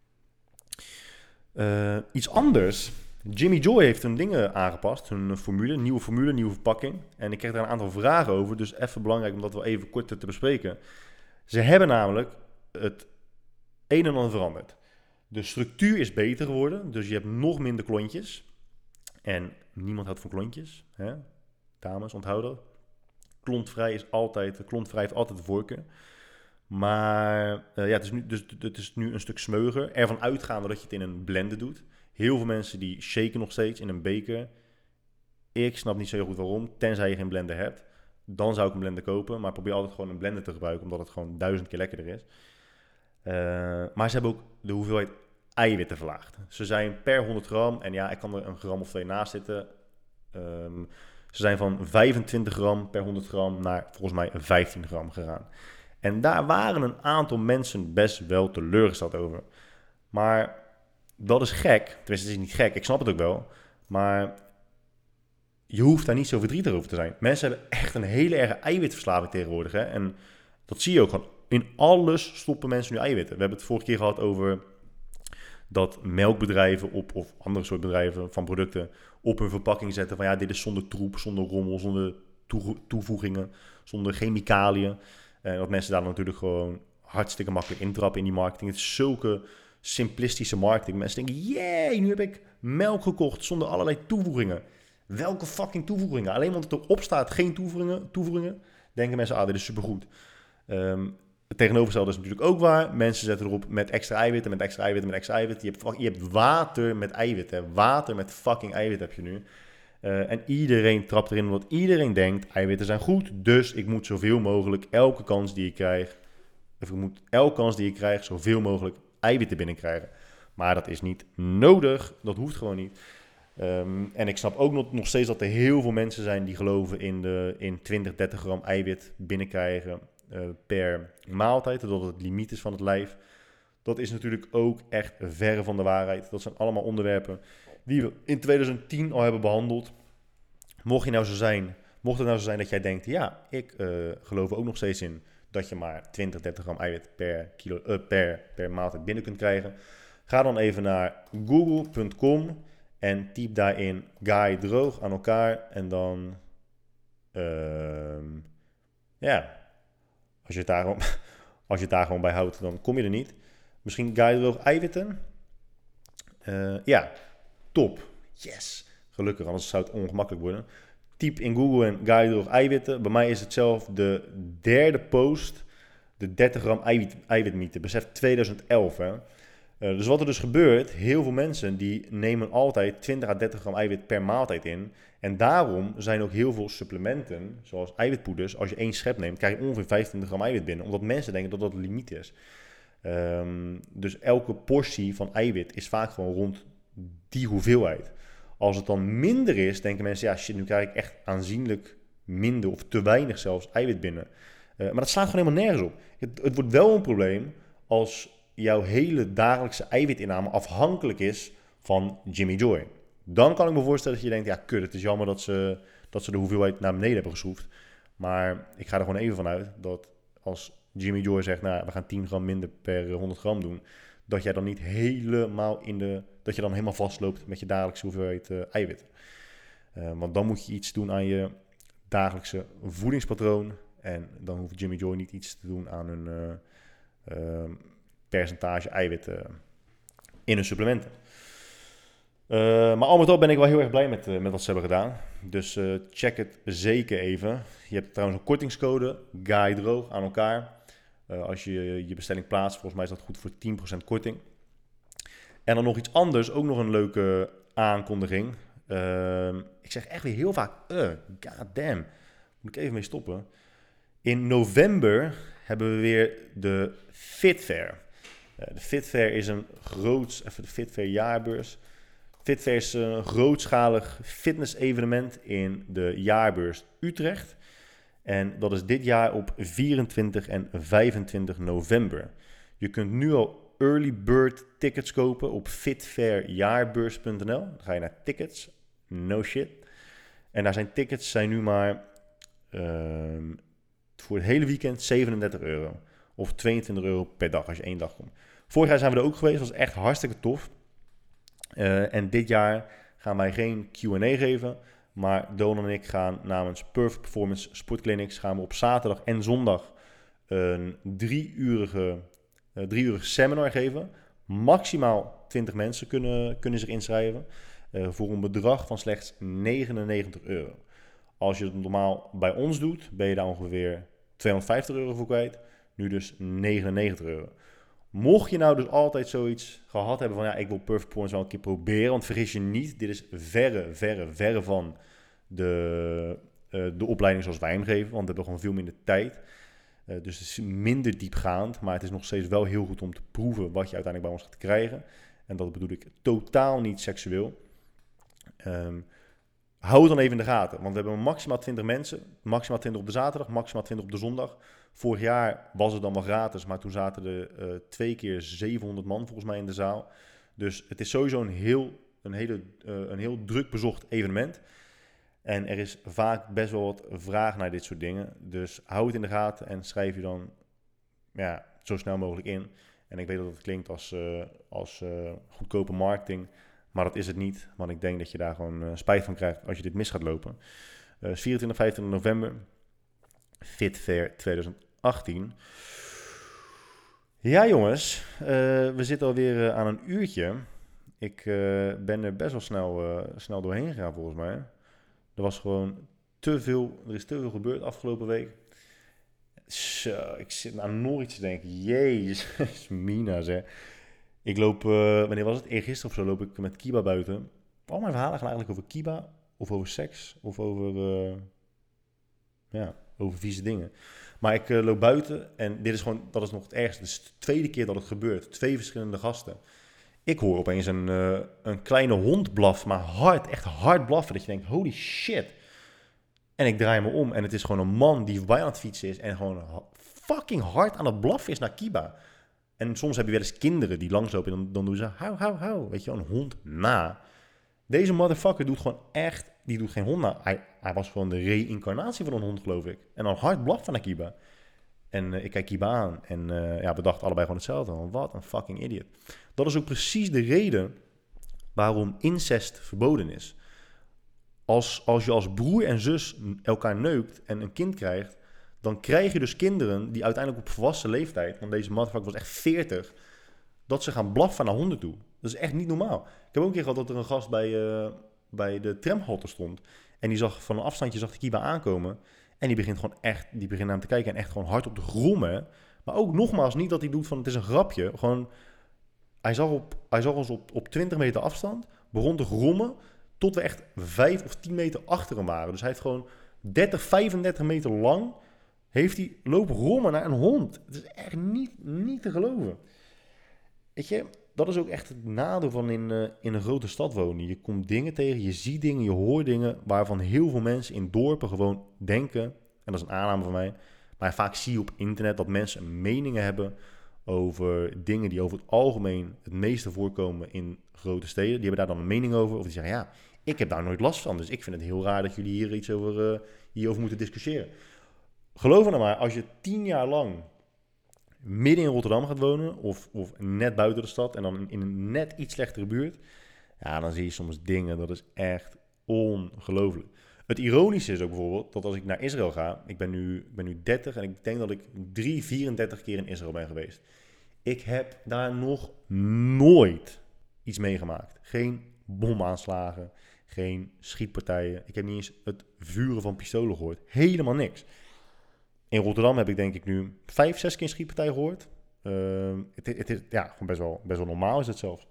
Iets anders. Jimmy Joy heeft hun dingen aangepast, hun formule, nieuwe verpakking. En ik kreeg daar een aantal vragen over, dus even belangrijk om dat wel even kort te bespreken. Ze hebben namelijk het een en ander veranderd. De structuur is beter geworden, dus je hebt nog minder klontjes. En niemand houdt van klontjes, hè? Dames, onthoud dat. Klontvrij heeft altijd de voorkeur. Maar het is nu een stuk smeuiger. Ervan uitgaande dat je het in een blender doet. Heel veel mensen die shaken nog steeds in een beker. Ik snap niet zo heel goed waarom, tenzij je geen blender hebt. Dan zou ik een blender kopen, maar probeer altijd gewoon een blender te gebruiken, omdat het gewoon 1000 keer lekkerder is. Maar ze hebben ook de hoeveelheid eiwitten verlaagd. Ze zijn per 100 gram, en ja, ik kan er een gram of 2 naast zitten. Ze zijn van 25 gram per 100 gram naar volgens mij 15 gram gegaan. En daar waren een aantal mensen best wel teleurgesteld over. Maar dat is gek. Tenminste, het is niet gek, ik snap het ook wel. Maar je hoeft daar niet zo verdrietig over te zijn. Mensen hebben echt een hele erge eiwitverslaving tegenwoordig. Hè? En dat zie je ook gewoon. In alles stoppen mensen nu eiwitten. We hebben het vorige keer gehad over dat melkbedrijven of andere soort bedrijven van producten op hun verpakking zetten van ja, dit is zonder troep, zonder rommel, zonder toevoegingen, zonder chemicaliën. En dat mensen daar natuurlijk gewoon hartstikke makkelijk intrappen in die marketing. Het is zulke simplistische marketing. Mensen denken, yay, nu heb ik melk gekocht zonder allerlei toevoegingen. Welke fucking toevoegingen? Alleen omdat het erop staat geen toevoegingen, denken mensen, dit is supergoed. Het tegenovergestelde is natuurlijk ook waar. Mensen zetten erop met extra eiwitten, met extra eiwitten, met extra eiwitten. Je hebt water met eiwitten. Water met fucking eiwit heb je nu. En iedereen trapt erin omdat iedereen denkt, eiwitten zijn goed. Dus ik moet zoveel mogelijk elke kans die ik krijg, zoveel mogelijk eiwitten binnenkrijgen. Maar dat is niet nodig. Dat hoeft gewoon niet. En ik snap ook nog steeds dat er heel veel mensen zijn die geloven in 20, 30 gram eiwit binnenkrijgen per maaltijd, dat het limiet is van het lijf. Dat is natuurlijk ook echt verre van de waarheid. Dat zijn allemaal onderwerpen die we in 2010 al hebben behandeld. Mocht het nou zo zijn dat jij denkt, ja, ik geloof er ook nog steeds in dat je maar 20, 30 gram eiwit per maaltijd binnen kunt krijgen. Ga dan even naar google.com en typ daarin Guy droog aan elkaar en dan als je het daar gewoon bij houdt, dan kom je er niet. Misschien Guy droog eiwitten. Top. Yes. Gelukkig, anders zou het ongemakkelijk worden. Typ in Google en Guy droog eiwitten. Bij mij is het zelf de derde post. De 30 gram eiwitmythe. Besef 2011, hè. Dus wat er dus gebeurt, heel veel mensen die nemen altijd 20 à 30 gram eiwit per maaltijd in. En daarom zijn ook heel veel supplementen, zoals eiwitpoeders, als je 1 schep neemt, krijg je ongeveer 25 gram eiwit binnen. Omdat mensen denken dat dat de limiet is. Dus elke portie van eiwit is vaak gewoon rond die hoeveelheid. Als het dan minder is, denken mensen, ja shit, nu krijg ik echt aanzienlijk minder of te weinig zelfs eiwit binnen. Maar dat slaat gewoon helemaal nergens op. Het wordt wel een probleem als jouw hele dagelijkse eiwitinname afhankelijk is van Jimmy Joy. Dan kan ik me voorstellen dat je denkt, ja kut, het is jammer dat ze de hoeveelheid naar beneden hebben geschroefd. Maar ik ga er gewoon even van uit dat als Jimmy Joy zegt, nou, we gaan 10 gram minder per 100 gram doen, dat jij dan niet helemaal dat je dan helemaal vastloopt met je dagelijkse hoeveelheid eiwitten. Want dan moet je iets doen aan je dagelijkse voedingspatroon. En dan hoeft Jimmy Joy niet iets te doen aan hun percentage eiwitten in hun supplementen. Maar al met al ben ik wel heel erg blij met wat ze hebben gedaan. Dus check het zeker even. Je hebt trouwens een kortingscode, Guy Droog, aan elkaar. Als je je bestelling plaatst, volgens mij is dat goed voor 10% korting. En dan nog iets anders, ook nog een leuke aankondiging. Ik zeg echt weer heel vaak, god damn, moet ik even mee stoppen. In november hebben we weer de Fit Fair. De Fit Fair is de Fit Fair jaarbeurs. Fit Fair is een grootschalig fitness-evenement in de jaarbeurs Utrecht. En dat is dit jaar op 24 en 25 november. Je kunt nu al early bird tickets kopen op fitfairjaarbeurs.nl. Dan ga je naar tickets, no shit. En daar zijn tickets nu maar voor het hele weekend €37. Of €22 per dag als je 1 dag komt. Vorig jaar zijn we er ook geweest, dat was echt hartstikke tof. En dit jaar gaan wij geen Q&A geven, maar Donald en ik gaan namens Perfect Performance Sportclinics gaan we op zaterdag en zondag een 3-urige seminar geven. Maximaal 20 mensen kunnen zich inschrijven voor een bedrag van slechts €99. Als je het normaal bij ons doet, ben je daar ongeveer €250 voor kwijt. Nu dus €99. Mocht je nou dus altijd zoiets gehad hebben van, ja, ik wil Perfect Performance wel een keer proberen. Want vergis je niet, dit is verre van de opleiding zoals wij hem geven. Want we hebben gewoon veel minder tijd. Dus het is minder diepgaand. Maar het is nog steeds wel heel goed om te proeven wat je uiteindelijk bij ons gaat krijgen. En dat bedoel ik totaal niet seksueel. Hou het dan even in de gaten. Want we hebben maximaal 20 mensen. Maximaal 20 op de zaterdag, maximaal 20 op de zondag. Vorig jaar was het dan wel gratis, maar toen zaten er 2 keer 700 man volgens mij in de zaal. Dus het is sowieso een heel druk bezocht evenement. En er is vaak best wel wat vraag naar dit soort dingen. Dus hou het in de gaten en schrijf je dan zo snel mogelijk in. En ik weet dat het klinkt als goedkope marketing, maar dat is het niet. Want ik denk dat je daar gewoon spijt van krijgt als je dit mis gaat lopen. 24 en 25 november, Fit Fair 2018. Ja jongens, we zitten alweer aan een uurtje. Ik ben er best wel snel doorheen gegaan volgens mij. Er was gewoon te veel gebeurd afgelopen week. Zo, ik zit aan nog iets te denken. Jezus, Mina zeg. Ik loop, wanneer was het? Eergisteren of zo loop ik met Kiba buiten. Al mijn verhalen gaan eigenlijk over Kiba, of over seks, of over vieze dingen. Maar ik loop buiten en dat is nog het ergste. Het is de tweede keer dat het gebeurt. 2 verschillende gasten. Ik hoor opeens een kleine hond blaffen, maar echt hard blaffen. Dat je denkt, holy shit. En ik draai me om en het is gewoon een man die voorbij aan het fietsen is en gewoon fucking hard aan het blaffen is naar Kiba. En soms heb je wel eens kinderen die langslopen en dan doen ze hou. Weet je, een hond na. Deze motherfucker doet gewoon echt, die doet geen hond na. Hij was gewoon de reïncarnatie van een hond, geloof ik. En dan hard blaffen naar Kiba. En ik kijk Kiba aan en we dachten allebei gewoon hetzelfde. Wat een fucking idiot. Dat is ook precies de reden waarom incest verboden is. Als je als broer en zus elkaar neukt en een kind krijgt, dan krijg je dus kinderen die uiteindelijk op volwassen leeftijd, want deze motherfucker was echt 40, dat ze gaan blaffen naar honden toe. Dat is echt niet normaal. Ik heb ook een keer gehad dat er een gast bij de tramhalte stond. En die zag van een afstandje de Kiba aankomen. En die begint naar hem te kijken en echt gewoon hard op te grommen. Maar ook nogmaals, niet dat hij doet van het is een grapje. Gewoon, hij zag ons op 20 meter afstand, begon te grommen, tot we echt 5 of 10 meter achter hem waren. Dus hij heeft gewoon 30, 35 meter lang heeft hij lopen rommen naar een hond. Het is echt niet te geloven. Weet je, dat is ook echt het nadeel van in een grote stad wonen. Je komt dingen tegen, je ziet dingen, je hoort dingen waarvan heel veel mensen in dorpen gewoon denken, en dat is een aanname van mij, maar vaak zie je op internet dat mensen meningen hebben over dingen die over het algemeen het meeste voorkomen in grote steden. Die hebben daar dan een mening over. Of die zeggen, ja, ik heb daar nooit last van. Dus ik vind het heel raar dat jullie hier iets hierover moeten discussiëren. Geloof me nou maar, als je 10 jaar lang midden in Rotterdam gaat wonen, of net buiten de stad, en dan in een net iets slechtere buurt, ja, dan zie je soms dingen, dat is echt ongelooflijk. Het ironische is ook bijvoorbeeld, dat als ik naar Israël ga, ik ben nu 30 en ik denk dat ik 34 keer in Israël ben geweest. Ik heb daar nog nooit iets meegemaakt. Geen bomaanslagen, geen schietpartijen. Ik heb niet eens het vuren van pistolen gehoord. Helemaal niks. In Rotterdam heb ik denk ik nu 5-6 keer een schietpartij gehoord. Het is ja, gewoon best wel normaal is het zelfs.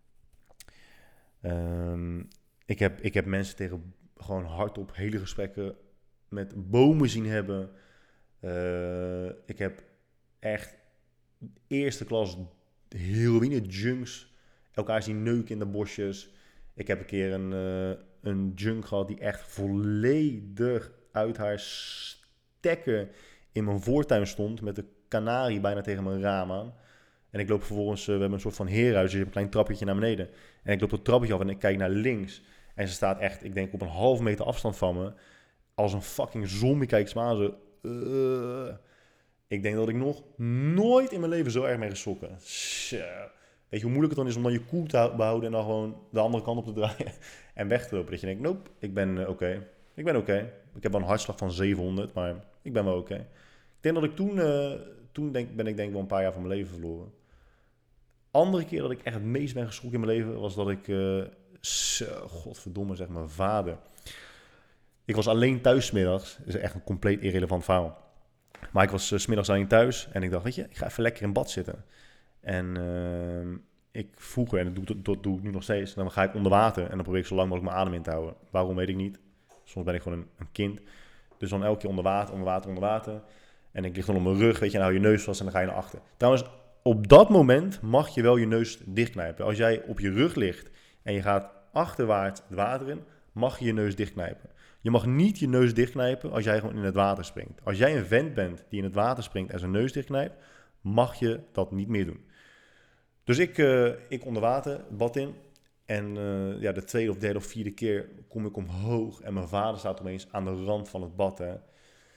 Ik heb mensen tegen gewoon hardop hele gesprekken met bomen zien hebben. Ik heb echt eerste klas heroïne junks elkaar zien neuken in de bosjes. Ik heb een keer een junk gehad die echt volledig uit haar stekken in mijn voortuin stond met de kanarie bijna tegen mijn raam aan. En ik loop vervolgens, we hebben een soort van herenhuis, dus je hebt een klein trappetje naar beneden. En ik loop dat trappetje af en ik kijk naar links. En ze staat echt, ik denk op een halve meter afstand van me. Als een fucking zombie kijkt ze me aan. Zo, Ik denk dat ik nog nooit in mijn leven zo erg ben geschrokken. Weet je hoe moeilijk het dan is om dan je koel te behouden en dan gewoon de andere kant op te draaien en weg te lopen. Dat je denkt, nope, ik ben oké. Ik ben oké. Ik heb wel een hartslag van 700, maar ik ben wel oké. Ik denk dat ik toen ben ik denk wel een paar jaar van mijn leven verloren. Andere keer dat ik echt het meest ben geschrokken in mijn leven was dat ik, godverdomme zeg, mijn vader. Ik was alleen thuis 's middags. Dat is echt een compleet irrelevant verhaal. Maar ik was 's middags alleen thuis en ik dacht, weet je, ik ga even lekker in bad zitten. En ik vroeger, en dat doe ik nu nog steeds, dan ga ik onder water en dan probeer ik zo lang mogelijk mijn adem in te houden. Waarom, weet ik niet. Soms ben ik gewoon een kind. Dus dan elke keer onder water. En ik lig dan op mijn rug, weet je, en dan hou je neus vast en dan ga je naar achter. Trouwens, op dat moment mag je wel je neus dichtknijpen. Als jij op je rug ligt en je gaat achterwaarts het water in, mag je je neus dichtknijpen. Je mag niet je neus dichtknijpen als jij gewoon in het water springt. Als jij een vent bent die in het water springt en zijn neus dichtknijpt, mag je dat niet meer doen. Dus ik onder water, bad in. En de tweede of derde of vierde keer kom ik omhoog. En mijn vader staat opeens aan de rand van het bad. Hè.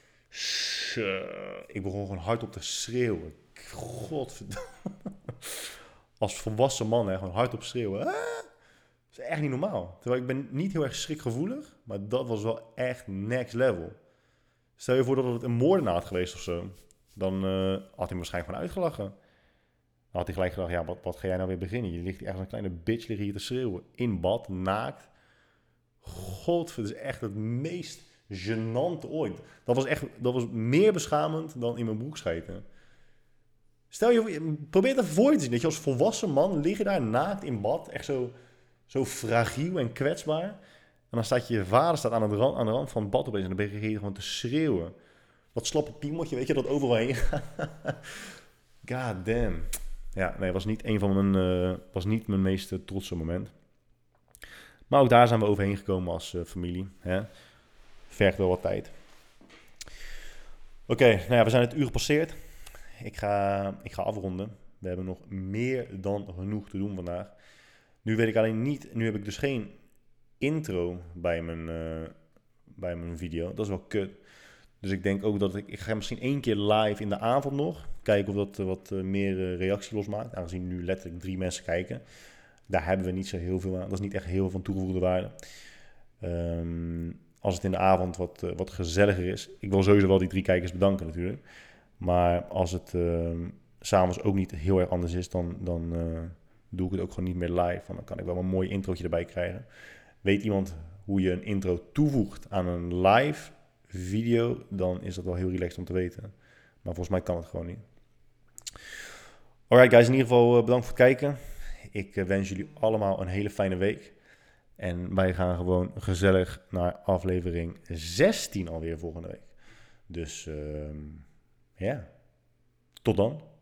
Ik begon gewoon hardop te schreeuwen. Godverdomme. Als volwassen man, hè, gewoon hardop schreeuwen. Dat is echt niet normaal. Terwijl ik ben niet heel erg schrikgevoelig. Maar dat was wel echt next level. Stel je voor dat het een moordenaar had geweest of zo. Dan had hij me waarschijnlijk gewoon uitgelachen. Dan had hij gelijk gedacht, ja, wat ga jij nou weer beginnen? Je ligt hier echt als een kleine bitch liggen hier te schreeuwen. In bad, naakt. God, dat is echt het meest gênante ooit. Dat was meer beschamend dan in mijn broek schijten. Stel je, probeer het even voor je te zien. Dat je als volwassen man lig je daar naakt in bad. Echt zo fragiel en kwetsbaar. En dan staat je vader aan de rand van het bad opeens. En dan begin je gewoon te schreeuwen. Dat slappe piemeltje, weet je, dat overal heen gaat. God damn. Ja, nee, was niet mijn meest trotse moment. Maar ook daar zijn we overheen gekomen als familie. Hè? Vergt wel wat tijd. Oké, nou ja, we zijn het uur gepasseerd. Ik ga afronden. We hebben nog meer dan genoeg te doen vandaag. Nu weet ik alleen niet, nu heb ik dus geen intro bij mijn video. Dat is wel kut. Dus ik denk ook dat ik ga misschien 1 keer live in de avond nog. Kijken of dat wat meer reactie losmaakt. Aangezien nu letterlijk 3 mensen kijken. Daar hebben we niet zo heel veel aan. Dat is niet echt heel veel van toegevoegde waarde. Als het in de avond wat gezelliger is. Ik wil sowieso wel die 3 kijkers bedanken natuurlijk. Maar als het 's avonds ook niet heel erg anders is, dan doe ik het ook gewoon niet meer live. Want dan kan ik wel een mooi introotje erbij krijgen. Weet iemand hoe je een intro toevoegt aan een live video, dan is dat wel heel relaxed om te weten. Maar volgens mij kan het gewoon niet. Alright guys, in ieder geval bedankt voor het kijken. Ik wens jullie allemaal een hele fijne week. En wij gaan gewoon gezellig naar aflevering 16 alweer volgende week. Dus ja, tot dan.